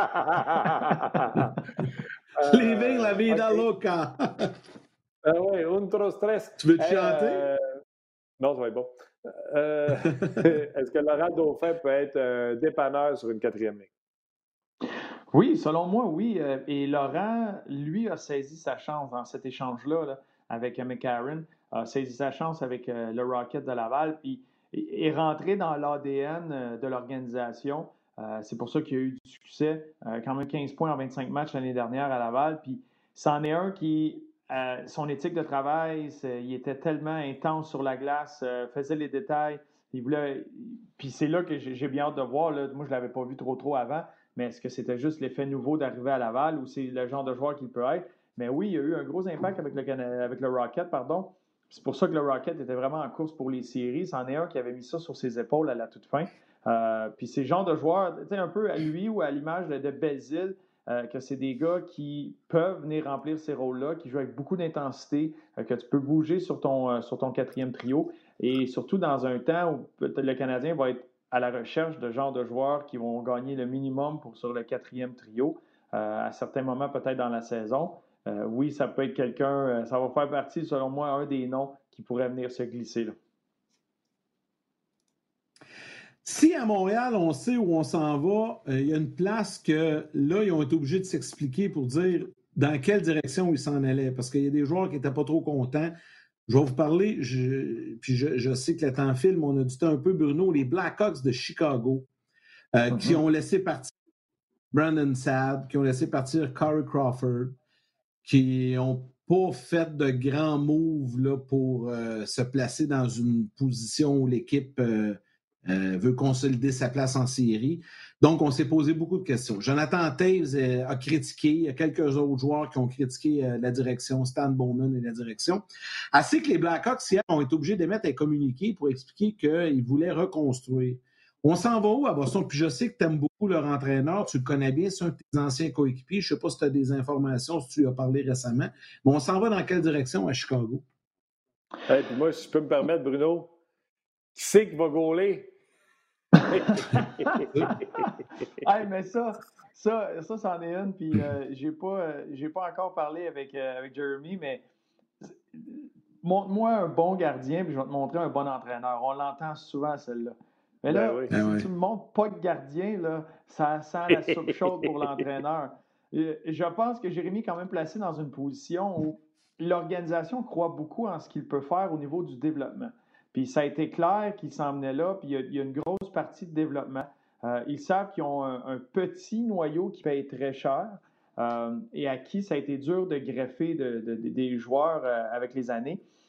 Living la vida okay. Loca! Ah oui, un trop stress. Tu veux te hey, chanter? Euh, non, ça va être bon. Euh, est-ce que Laurent Dauphin peut être un dépanneur sur une quatrième ligne? Oui, selon moi, oui. Et Laurent, lui, a saisi sa chance dans cet échange-là là, avec McCarron, a saisi sa chance avec euh, le Rocket de Laval, puis est rentré dans l'A D N de l'organisation. Euh, c'est pour ça qu'il y a eu du succès. Euh, quand même quinze points en vingt-cinq matchs l'année dernière à Laval. Puis c'en est un qui, euh, son éthique de travail, il était tellement intense sur la glace, euh, faisait les détails. Il voulait, puis c'est là que j'ai, j'ai bien hâte de voir. Là, moi, je ne l'avais pas vu trop trop avant. Mais est-ce que c'était juste l'effet nouveau d'arriver à Laval ou c'est le genre de joueur qu'il peut être? Mais oui, il y a eu un gros impact avec le, avec le Rocket, pardon. C'est pour ça que le Rocket était vraiment en course pour les séries. C'en est un qui avait mis ça sur ses épaules à la toute fin. Euh, puis c'est le genre de joueur, tu sais, un peu à lui ou à l'image de, de Bézil, euh, que c'est des gars qui peuvent venir remplir ces rôles-là, qui jouent avec beaucoup d'intensité, euh, que tu peux bouger sur ton, euh, sur ton quatrième trio. Et surtout dans un temps où le Canadien va être à la recherche de genre de joueurs qui vont gagner le minimum pour sur le quatrième trio, euh, à certains moments peut-être dans la saison. Euh, oui, ça peut être quelqu'un, euh, ça va faire partie, selon moi, un des noms qui pourrait venir se glisser là. Si à Montréal, on sait où on s'en va, il euh, y a une place que là, ils ont été obligés de s'expliquer pour dire dans quelle direction ils s'en allaient. Parce qu'il y a des joueurs qui n'étaient pas trop contents. Je vais vous parler, je, puis je, je sais que le temps file, mais on a dit un peu, Bruno, les Blackhawks de Chicago, euh, mm-hmm. qui ont laissé partir Brandon Saad, qui ont laissé partir Corey Crawford, qui n'ont pas fait de grands moves là, pour euh, se placer dans une position où l'équipe euh, euh, veut consolider sa place en série. Donc, on s'est posé beaucoup de questions. Jonathan Toews euh, a critiqué, il y a quelques autres joueurs qui ont critiqué euh, la direction, Stan Bowman et la direction. Assez que les Blackhawks hier ont été obligés d'émettre un communiqué pour expliquer qu'ils voulaient reconstruire. On s'en va où à Boston? Puis je sais que tu aimes beaucoup leur entraîneur, tu le connais bien, c'est un de tes anciens coéquipiers. Je ne sais pas si tu as des informations, si tu lui as parlé récemment. Mais on s'en va dans quelle direction à Chicago? Hey, puis moi, si je peux me permettre, Bruno, qui c'est qui va gauler? Hey, mais ça, ça, ça, c'en est une. Puis euh, j'ai pas, euh, j'ai pas encore parlé avec, euh, avec Jeremy, mais montre-moi un bon gardien, puis je vais te montrer un bon entraîneur. On l'entend souvent, celle-là. Mais là, ben oui. si ben tu ne oui. montres pas de gardien, là, ça sent la soupe chaude pour l'entraîneur. Je pense que Jérémy est quand même placé dans une position où l'organisation croit beaucoup en ce qu'il peut faire au niveau du développement. Puis ça a été clair qu'il s'en venait là, puis il y a, il y a une grosse partie de développement. Euh, ils savent qu'ils ont un, un petit noyau qui paye très cher euh, et à qui ça a été dur de greffer de, de, de, des joueurs euh, avec les années.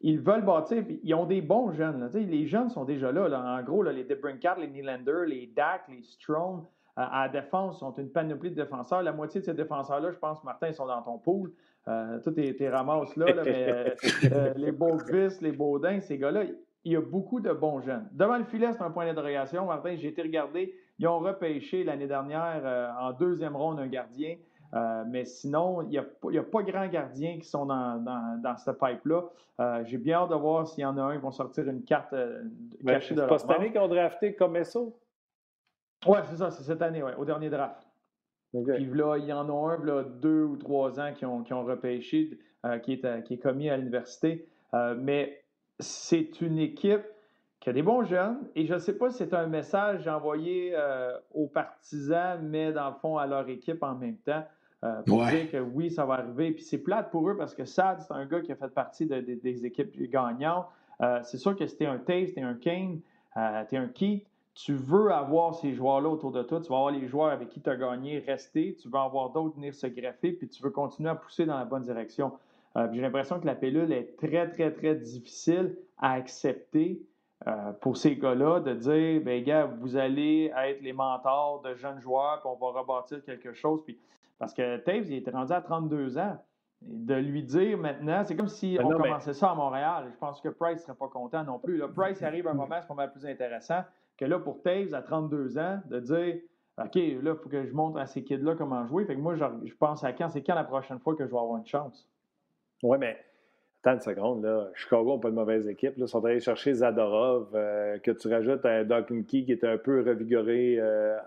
ils veulent bâtir, puis ils ont des bons jeunes. Là. Les jeunes sont déjà là. là. En gros, là, les DeBrincat, les Nylander, les Dak, les Strome, euh, à la défense, sont une panoplie de défenseurs. La moitié de ces défenseurs-là, je pense, Martin, ils sont dans ton pool. Euh, tous tes, tes ramasses là, là mais euh, euh, les Beauvis, les Baudins, ces gars-là, il y a beaucoup de bons jeunes. Devant le filet, c'est un point d'interrogation. Martin, j'ai été regarder. Ils ont repêché l'année dernière euh, en deuxième ronde un gardien. Euh, mais sinon, il n'y a, a pas grand gardiens qui sont dans, dans, dans ce pipe-là. Euh, j'ai bien hâte de voir s'il y en a un, ils vont sortir une carte euh, cachée de leur manche. C'est pas cette année qu'ils ont drafté Commesso? Oui, c'est ça, c'est cette année, ouais, au dernier draft. Okay. Puis là, il y en a un, là, deux ou trois ans qui ont, qui ont repêché, euh, qui, est à, qui est commis à l'université. Euh, mais c'est une équipe qui a des bons jeunes. Et je ne sais pas si c'est un message envoyé euh, aux partisans, mais dans le fond à leur équipe en même temps. Euh, pour ouais. dire que oui, ça va arriver. Puis c'est plate pour eux parce que Sad, c'est un gars qui a fait partie de, de, des équipes gagnantes. Euh, c'est sûr que si t'es un Taves, t'es un Kane, euh, t'es un Keith, tu veux avoir ces joueurs-là autour de toi. Tu vas avoir les joueurs avec qui tu as gagné rester. Tu veux avoir d'autres venir se greffer, puis tu veux continuer à pousser dans la bonne direction. Euh, j'ai l'impression que la pilule est très, très, très difficile à accepter euh, pour ces gars-là, de dire, bien, gars, vous allez être les mentors de jeunes joueurs, puis on va rebâtir quelque chose. Puis parce que Taves, il était rendu à trente-deux ans. Et de lui dire maintenant, c'est comme si on non, commençait mais... ça à Montréal. Je pense que Price ne serait pas content non plus. Là, Price arrive à un moment, c'est pas mal plus intéressant que là, pour Taves, à trente-deux ans, de dire OK, là, il faut que je montre à ces kids-là comment jouer. Fait que moi, je, je pense à quand, c'est quand la prochaine fois que je vais avoir une chance? Oui, mais attends une seconde, là. Chicago n'a pas de mauvaise équipe. Là. Ils sont allés chercher Zadorov, euh, que tu rajoutes à Duncan Key qui était un peu revigoré euh,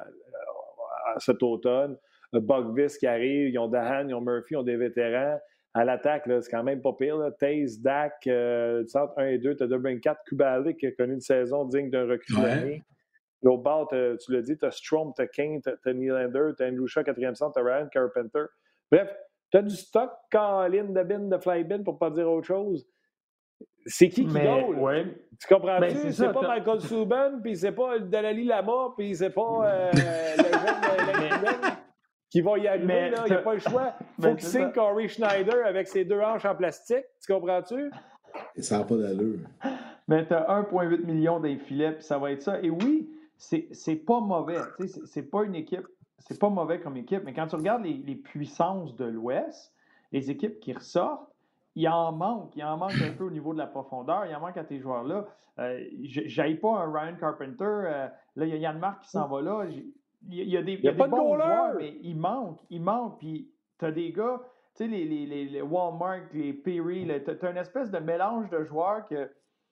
cet automne. Bogvis qui arrive, ils ont Dahan, ils ont Murphy, ils ont des vétérans. À l'attaque, là, c'est quand même pas pire. Là. Taze, Dak, euh, du centre un et deux, tu as DeBrincat, Kubalik qui a connu une saison digne d'un recrue de l'année. L'autre bord, tu l'as dit, tu as Strome, tu as Kane, tu as Nylander, tu as Andrew Shaw, quatrième centre, tu as Ryan Carpenter. Bref, tu as du stock, Colin, de bin, de fly-bin, pour ne pas dire autre chose. C'est qui qui gaule? Ouais. Tu comprends-tu? Ben, c'est c'est pas t'as... Michael Subban, puis c'est pas Dalali Lama, puis c'est pas euh, le jeune qui va y arriver, mais là, il n'y a pas le choix. Il faut qu'il signe Corey Schneider avec ses deux hanches en plastique. Tu comprends-tu? Ça n'a pas d'allure. Mais tu as un virgule huit million dans les filets, puis ça va être ça. Et oui, c'est, c'est pas mauvais. C'est, c'est pas une équipe, c'est pas mauvais comme équipe, mais quand tu regardes les, les puissances de l'Ouest, les équipes qui ressortent, il en manque. Il en manque un peu au niveau de la profondeur. Il en manque à tes joueurs-là. Euh, j'aille pas un Ryan Carpenter. Euh, là, il y a Yann Marc qui s'en va là. J'ai, Il y a des, il y a il y a des bons de joueurs, mais il manque, il manque. Puis tu as des gars, tu sais, les, les, les, les Walmart, les Perry, tu as une espèce de mélange de joueurs que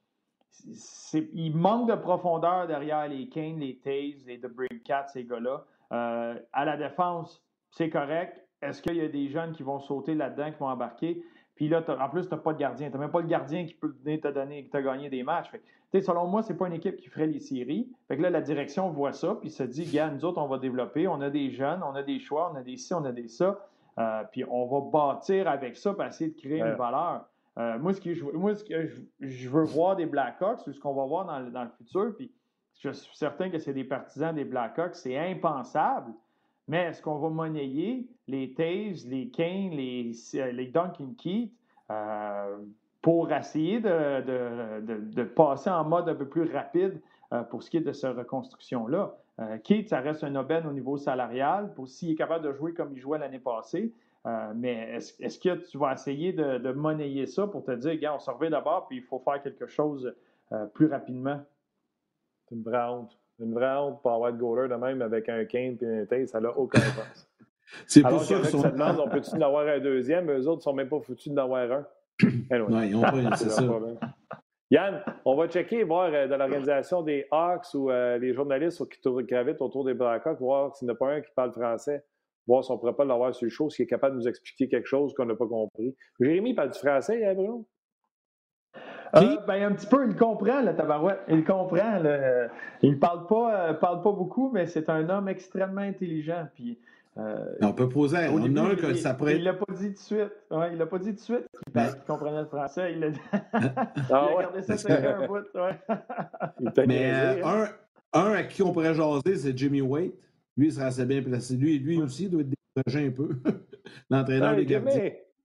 c'est, il manque de profondeur derrière les Kane, les Taves, les DeBrincat, ces gars-là. Euh, à la défense, c'est correct. Est-ce qu'il y a des jeunes qui vont sauter là-dedans, qui vont embarquer? Puis là, en plus, tu n'as pas de gardien. Tu n'as même pas le gardien qui peut venir te donner, qui t'a gagné des matchs. Fait que, selon moi, ce n'est pas une équipe qui ferait les séries. Fait que là, la direction voit ça, puis se dit, gars, nous autres, on va développer. On a des jeunes, on a des choix, on a des ci, on a des ça. Euh, puis on va bâtir avec ça pour essayer de créer ouais. une valeur. Euh, moi, ce que, je, moi, ce que je, je veux voir des Blackhawks, c'est ce qu'on va voir dans le, dans le futur. Puis je suis certain que c'est des partisans des Blackhawks. C'est impensable. Mais est-ce qu'on va monnayer les Taves, les Kane, les, les Duncan Keith euh, pour essayer de, de, de, de passer en mode un peu plus rapide euh, pour ce qui est de cette reconstruction-là? Euh, Keith, ça reste un aubaine au niveau salarial pour s'il est capable de jouer comme il jouait l'année passée. Euh, mais est-ce, est-ce que tu vas essayer de, de monnayer ça pour te dire, gars, on se revient d'abord puis il faut faire quelque chose euh, plus rapidement? C'est une vraie honte. Une vraie honte pour avoir de goaler de même avec un Kane et un Taze, ça n'a aucun sens. C'est Alors pour ça que ça demande, on peut-tu en avoir un deuxième, eux autres ne sont même pas foutus d'en avoir un. Anyway. Non, ils ont pas, c'est ça. Yann, on va checker, voir euh, dans l'organisation des Hawks ou euh, les journalistes qui gravitent autour des Blackhawks, voir s'il n'y en a pas un qui parle français, voir si on ne pourrait pas l'avoir sur le show, s'il est capable de nous expliquer quelque chose qu'on n'a pas compris. Jérémy parle du français, hein, Bruno? Euh, ben, un petit peu, il comprend, le tabarouette. Il comprend. Le... Il ne parle pas, euh, parle pas beaucoup, mais c'est un homme extrêmement intelligent. Puis, euh, on peut poser un début, nom il, que ça pourrait. Il ne l'a pas dit tout de suite. Ouais, il ne l'a pas dit tout de suite qu'il, ben, qu'il comprenait le français. Il a, il ah, a ouais. gardé ça secret un bout. Ouais. Mais euh, un, un à qui on pourrait jaser, c'est Jimmy Waite. Lui, il serait assez bien placé. Lui, lui aussi, il doit être découragé un peu. L'entraîneur ouais, des gardiens. Mais...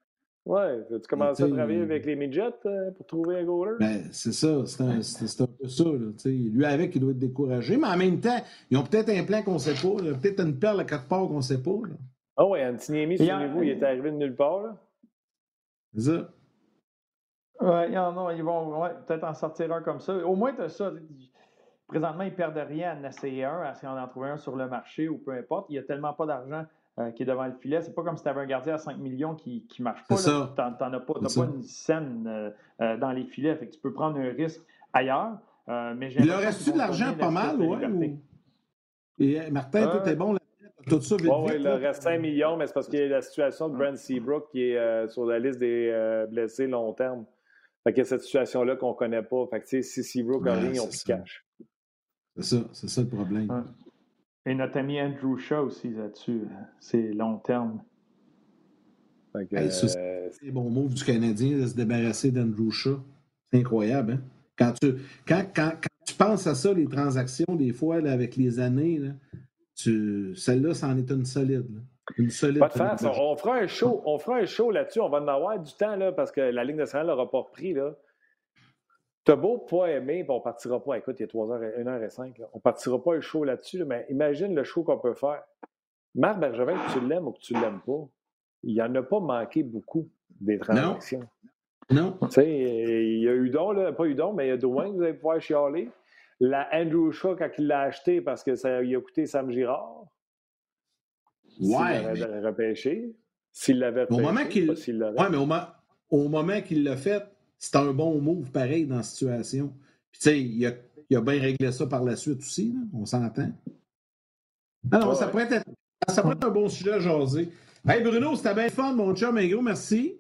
Ouais, tu commences à travailler avec les midgets euh, pour trouver un goaler? Ben, c'est ça, c'est un, c'est, c'est un peu ça. Là, lui, avec, il doit être découragé, mais en même temps, ils ont peut-être un plan qu'on ne sait pas, là, peut-être une perle à quatre parts qu'on ne sait pas. Là. Ah oui, Antiniemi, souvenez-vous, il est arrivé de nulle part. Là. C'est ça. Oui, il y en a, ils vont ouais, peut-être en sortir un comme ça. Au moins, tu as ça. Présentement, ils ne perdent rien à en essayer un, à essayer d'en trouver un sur le marché ou peu importe. Il n'y a tellement pas d'argent euh, qui est devant le filet. C'est pas comme si tu avais un gardien à cinq millions qui ne marche pas. Tu n'en as pas, t'as pas une scène euh, euh, dans les filets. Fait que tu peux prendre un risque ailleurs. Euh, mais il leur reste-tu de l'argent pas mal, ouais? Ou... Et Martin, euh... tout est bon là. Tout ça vite, ouais, vite, ouais, il leur reste cinq millions, mais c'est parce qu'il y a la situation de Brent Seabrook qui est euh, sur la liste des euh, blessés long terme. Fait qu'il y a cette situation-là qu'on ne connaît pas. Fait que, tu sais, si Seabrook a rien, ils ont plus de cash. C'est ça, c'est ça le problème. Ouais. Et notre ami Andrew Shaw aussi là-dessus, c'est long terme. Fait que, hey, ça, c'est un bon move du Canadien de se débarrasser d'Andrew Shaw. C'est incroyable, hein? Quand tu, quand, quand, quand tu penses à ça, les transactions, des fois, là, avec les années, là, tu, celle-là, c'en est une solide. Là. Une solide. Pas de face. On fera un show, on fera un show là-dessus. On va en avoir du temps là, parce que la Ligue nationale n'aura pas repris. Là. T'as beau pas aimer, on partira pas. Écoute, il y a trois heures, une heure et cinq. Là. On partira pas le show là-dessus, là, mais imagine le show qu'on peut faire. Marc Bergevin, que tu l'aimes ou que tu l'aimes pas, il n'y en a pas manqué beaucoup des transactions. Non. Tu sais, il y a Udon, là, pas Udon, mais il y a Dwayne que vous allez pouvoir chialer. La Andrew Shaw, quand il l'a acheté parce que ça il a coûté Sam Girard. Ouais. S'il l'avait mais... repêché. S'il l'avait repêché. Au moment qu'il... Pas s'il l'avait. Ouais, mais au, ma... au moment qu'il l'a fait, c'était un bon move pareil dans la situation. Puis tu sais, il a, il a bien réglé ça par la suite aussi, là. On s'entend. Non, non, ouais. ça, pourrait être... ça pourrait être un bon sujet à jaser. Hey Bruno, c'était bien fun, mon chum, un gros merci.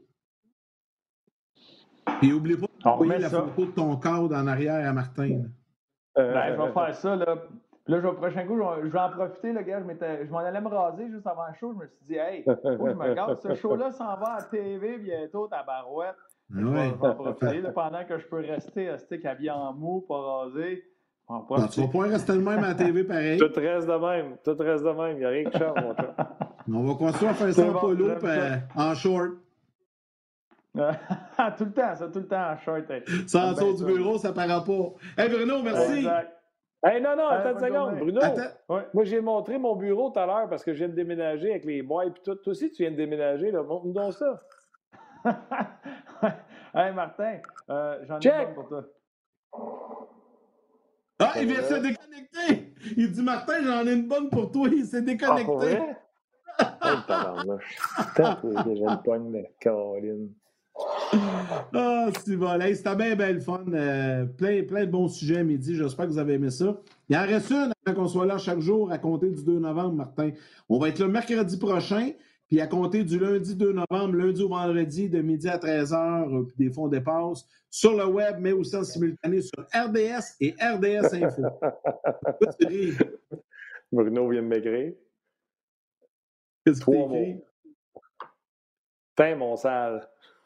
Puis n'oublie pas d'envoyer la ça. photo de ton cadre en arrière à Martin. Euh, ben, je vais faire ça, là. Puis là, je vais, prochain coup, je vais, je vais en profiter, le gars. Je, je m'en allais me raser juste avant le show. Je me suis dit, hey, faut que je me garde. Ce show-là s'en va à T V bientôt, ta barouette. Je vais, ouais. je vais en profiter là, pendant que je peux rester à stick habillé en mou, pas rasé. Non, tu vas pas rester le même à la T V pareil. Tout reste de même. Tout reste de même. Il n'y a rien qui change, mon chum. On va continuer à faire ça en bon, polo euh, en short. Tout le temps, ça, tout le temps en short. Hey. Sans saut du bureau, ça ne paraît pas. Hey Bruno, merci. Exact. Hey, non, non, attends une seconde. Bruno, attends. moi, j'ai montré mon bureau tout à l'heure parce que je viens de déménager avec les boys et tout. Toi aussi, tu viens de déménager, là. Montre-nous donc ça. Hey, Martin, euh, j'en ai une pour toi. Ah, il vient de se déconnecter. Il dit, Martin, j'en ai une bonne pour toi. Il s'est déconnecté. Ah, hey, tabarnouche. Tant que j'ai le pogne de Caroline. Ah, c'est bon. Hey, c'était bien, bien le fun. Euh, plein, plein de bons sujets à midi. J'espère que vous avez aimé ça. Il en reste une avant qu'on soit là chaque jour à compter du deux novembre, Martin. On va être là mercredi prochain, puis à compter du lundi deux novembre, lundi au vendredi, de midi à treize heures, puis des fois on dépasse, sur le web, mais aussi en simultané sur R D S et R D S Info. Bruno vient de maigrir. Qu'est-ce que tu écris? Fin, mon sale.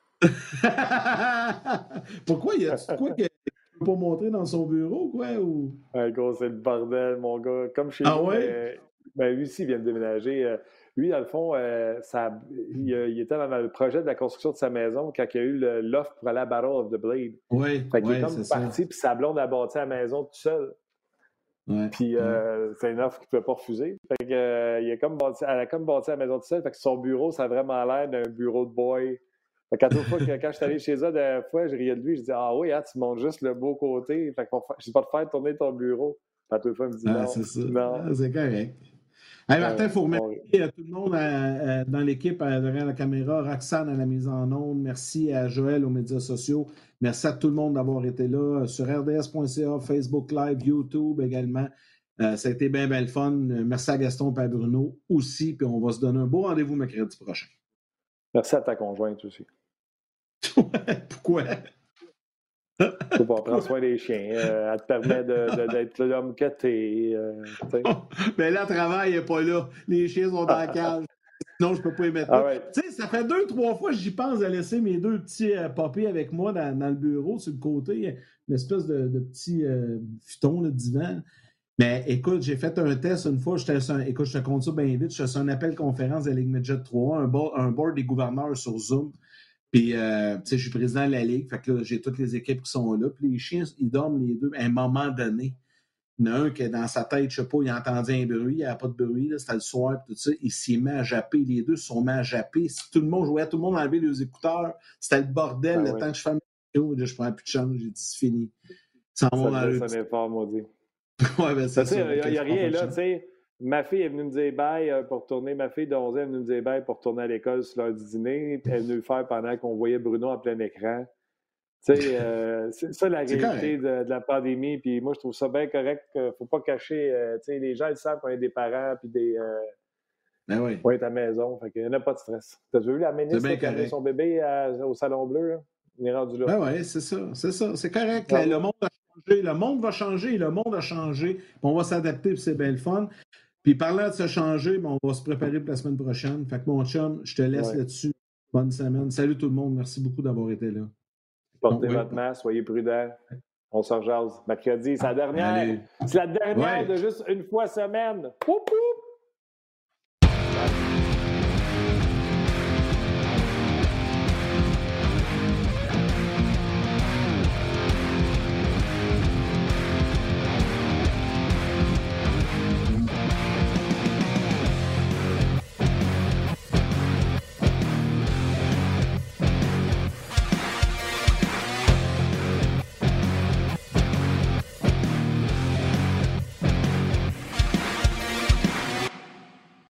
Pourquoi? Y a-tu quoi qu'il ne peut pas montrer dans son bureau, quoi? Ou... Ouais, gros, c'est le bordel, mon gars. Comme chez ah nous, ouais? euh, ben, lui aussi, il vient de déménager. Euh, lui, dans le fond, euh, ça, il, il était dans le projet de la construction de sa maison quand il y a eu le, l'offre pour aller à Battle of the Blade. Oui, fait qu'il ouais, est comme c'est parti, puis sa blonde a bâti la maison tout seul. Ouais, puis euh, ouais. c'est une offre qu'il ne peut pas refuser. Fait que, euh, il a comme bâti, elle a comme bâti la maison tout seul. Fait que son bureau, ça a vraiment l'air d'un bureau de boy. Fait qu'à toute fois que quand je suis allé chez eux, la dernière fois, je riais de lui. Je dis, ah oui, hein, tu montres juste le beau côté. Fait que je ne vais pas te faire tourner ton bureau. À toute fois, il me dit, ah, non. C'est ça. Non. Ah, c'est correct. Hey, Martin, il faut remercier bon. tout le monde à, à, dans l'équipe à, derrière la caméra, Roxane à la mise en onde. Merci à Joël aux médias sociaux. Merci à tout le monde d'avoir été là sur R D S point C A, Facebook Live, YouTube également. Euh, ça a été bien, bien le fun. Merci à Gaston et à Bruno aussi. Puis on va se donner un beau rendez-vous mercredi prochain. Merci à ta conjointe aussi. Pourquoi? Tu peux pas prendre soin des chiens. Euh, elle te permet de, de, d'être l'homme que t'es. Euh, Mais là, le travail n'est pas là. Les chiens sont dans la cage. Sinon, je ne peux pas les mettre ah là. ouais. Tu sais, ça fait deux, trois fois que j'y pense à laisser mes deux petits euh, papés avec moi dans, dans le bureau, sur le côté. Une espèce de, de petit euh, futon, le divan. Mais écoute, j'ai fait un test une fois. J'étais sur un, écoute, je te compte ça bien vite. J'étais sur un appel conférence de la Ligue Midget trois, un board, un board des gouverneurs sur Zoom. Puis, euh, tu sais, je suis président de la Ligue. Fait que là, j'ai toutes les équipes qui sont là. Puis les chiens, ils dorment les deux. À un moment donné, il y en a un qui, dans sa tête, je sais pas, il entendait un bruit. Il n'y avait pas de bruit. Là, c'était le soir. Puis tout ça. Il s'y met à japper. Les deux se sont mis à japper. Si tout le monde jouait, tout le monde enlevait les écouteurs. C'était le bordel. Ben le ouais. temps que je ferme les vidéos, je prends plus de chance. J'ai dit, c'est fini. Ça me laisse un effort, maudit. ouais, ben c'est ça. Il n'y a, a rien là, tu sais. Ma fille est venue me dire bye pour retourner. Ma fille de onze ans est venue me dire bye pour retourner à l'école sur l'heure du dîner. Elle est venue le faire pendant qu'on voyait Bruno en plein écran. Tu sais, euh, c'est ça la réalité de, de la pandémie. Puis moi, je trouve ça bien correct. Il ne faut pas cacher. Euh, tu sais, les gens, ils savent qu'on a des parents puis des. Euh, ben oui. Pour être à la maison. Fait qu'il n'y en a pas de stress. Tu as vu la ministre qui a mis son bébé à, au Salon Bleu? Là? Il est rendu là. Ben oui, c'est ça. C'est ça. C'est correct. Ouais. Le monde a changé. Le monde va changer. Le monde a changé. On va s'adapter puis c'est bien le fun. Puis parlant de se changer, ben, on va se préparer pour la semaine prochaine. Fait que mon chum, je te laisse ouais. là-dessus. Bonne semaine. Salut tout le monde. Merci beaucoup d'avoir été là. Portez Donc, votre ouais. masque, soyez prudents. On se rejase. Mercredi, c'est la dernière. Allez. C'est la dernière ouais. de juste une fois semaine. Poup, poup.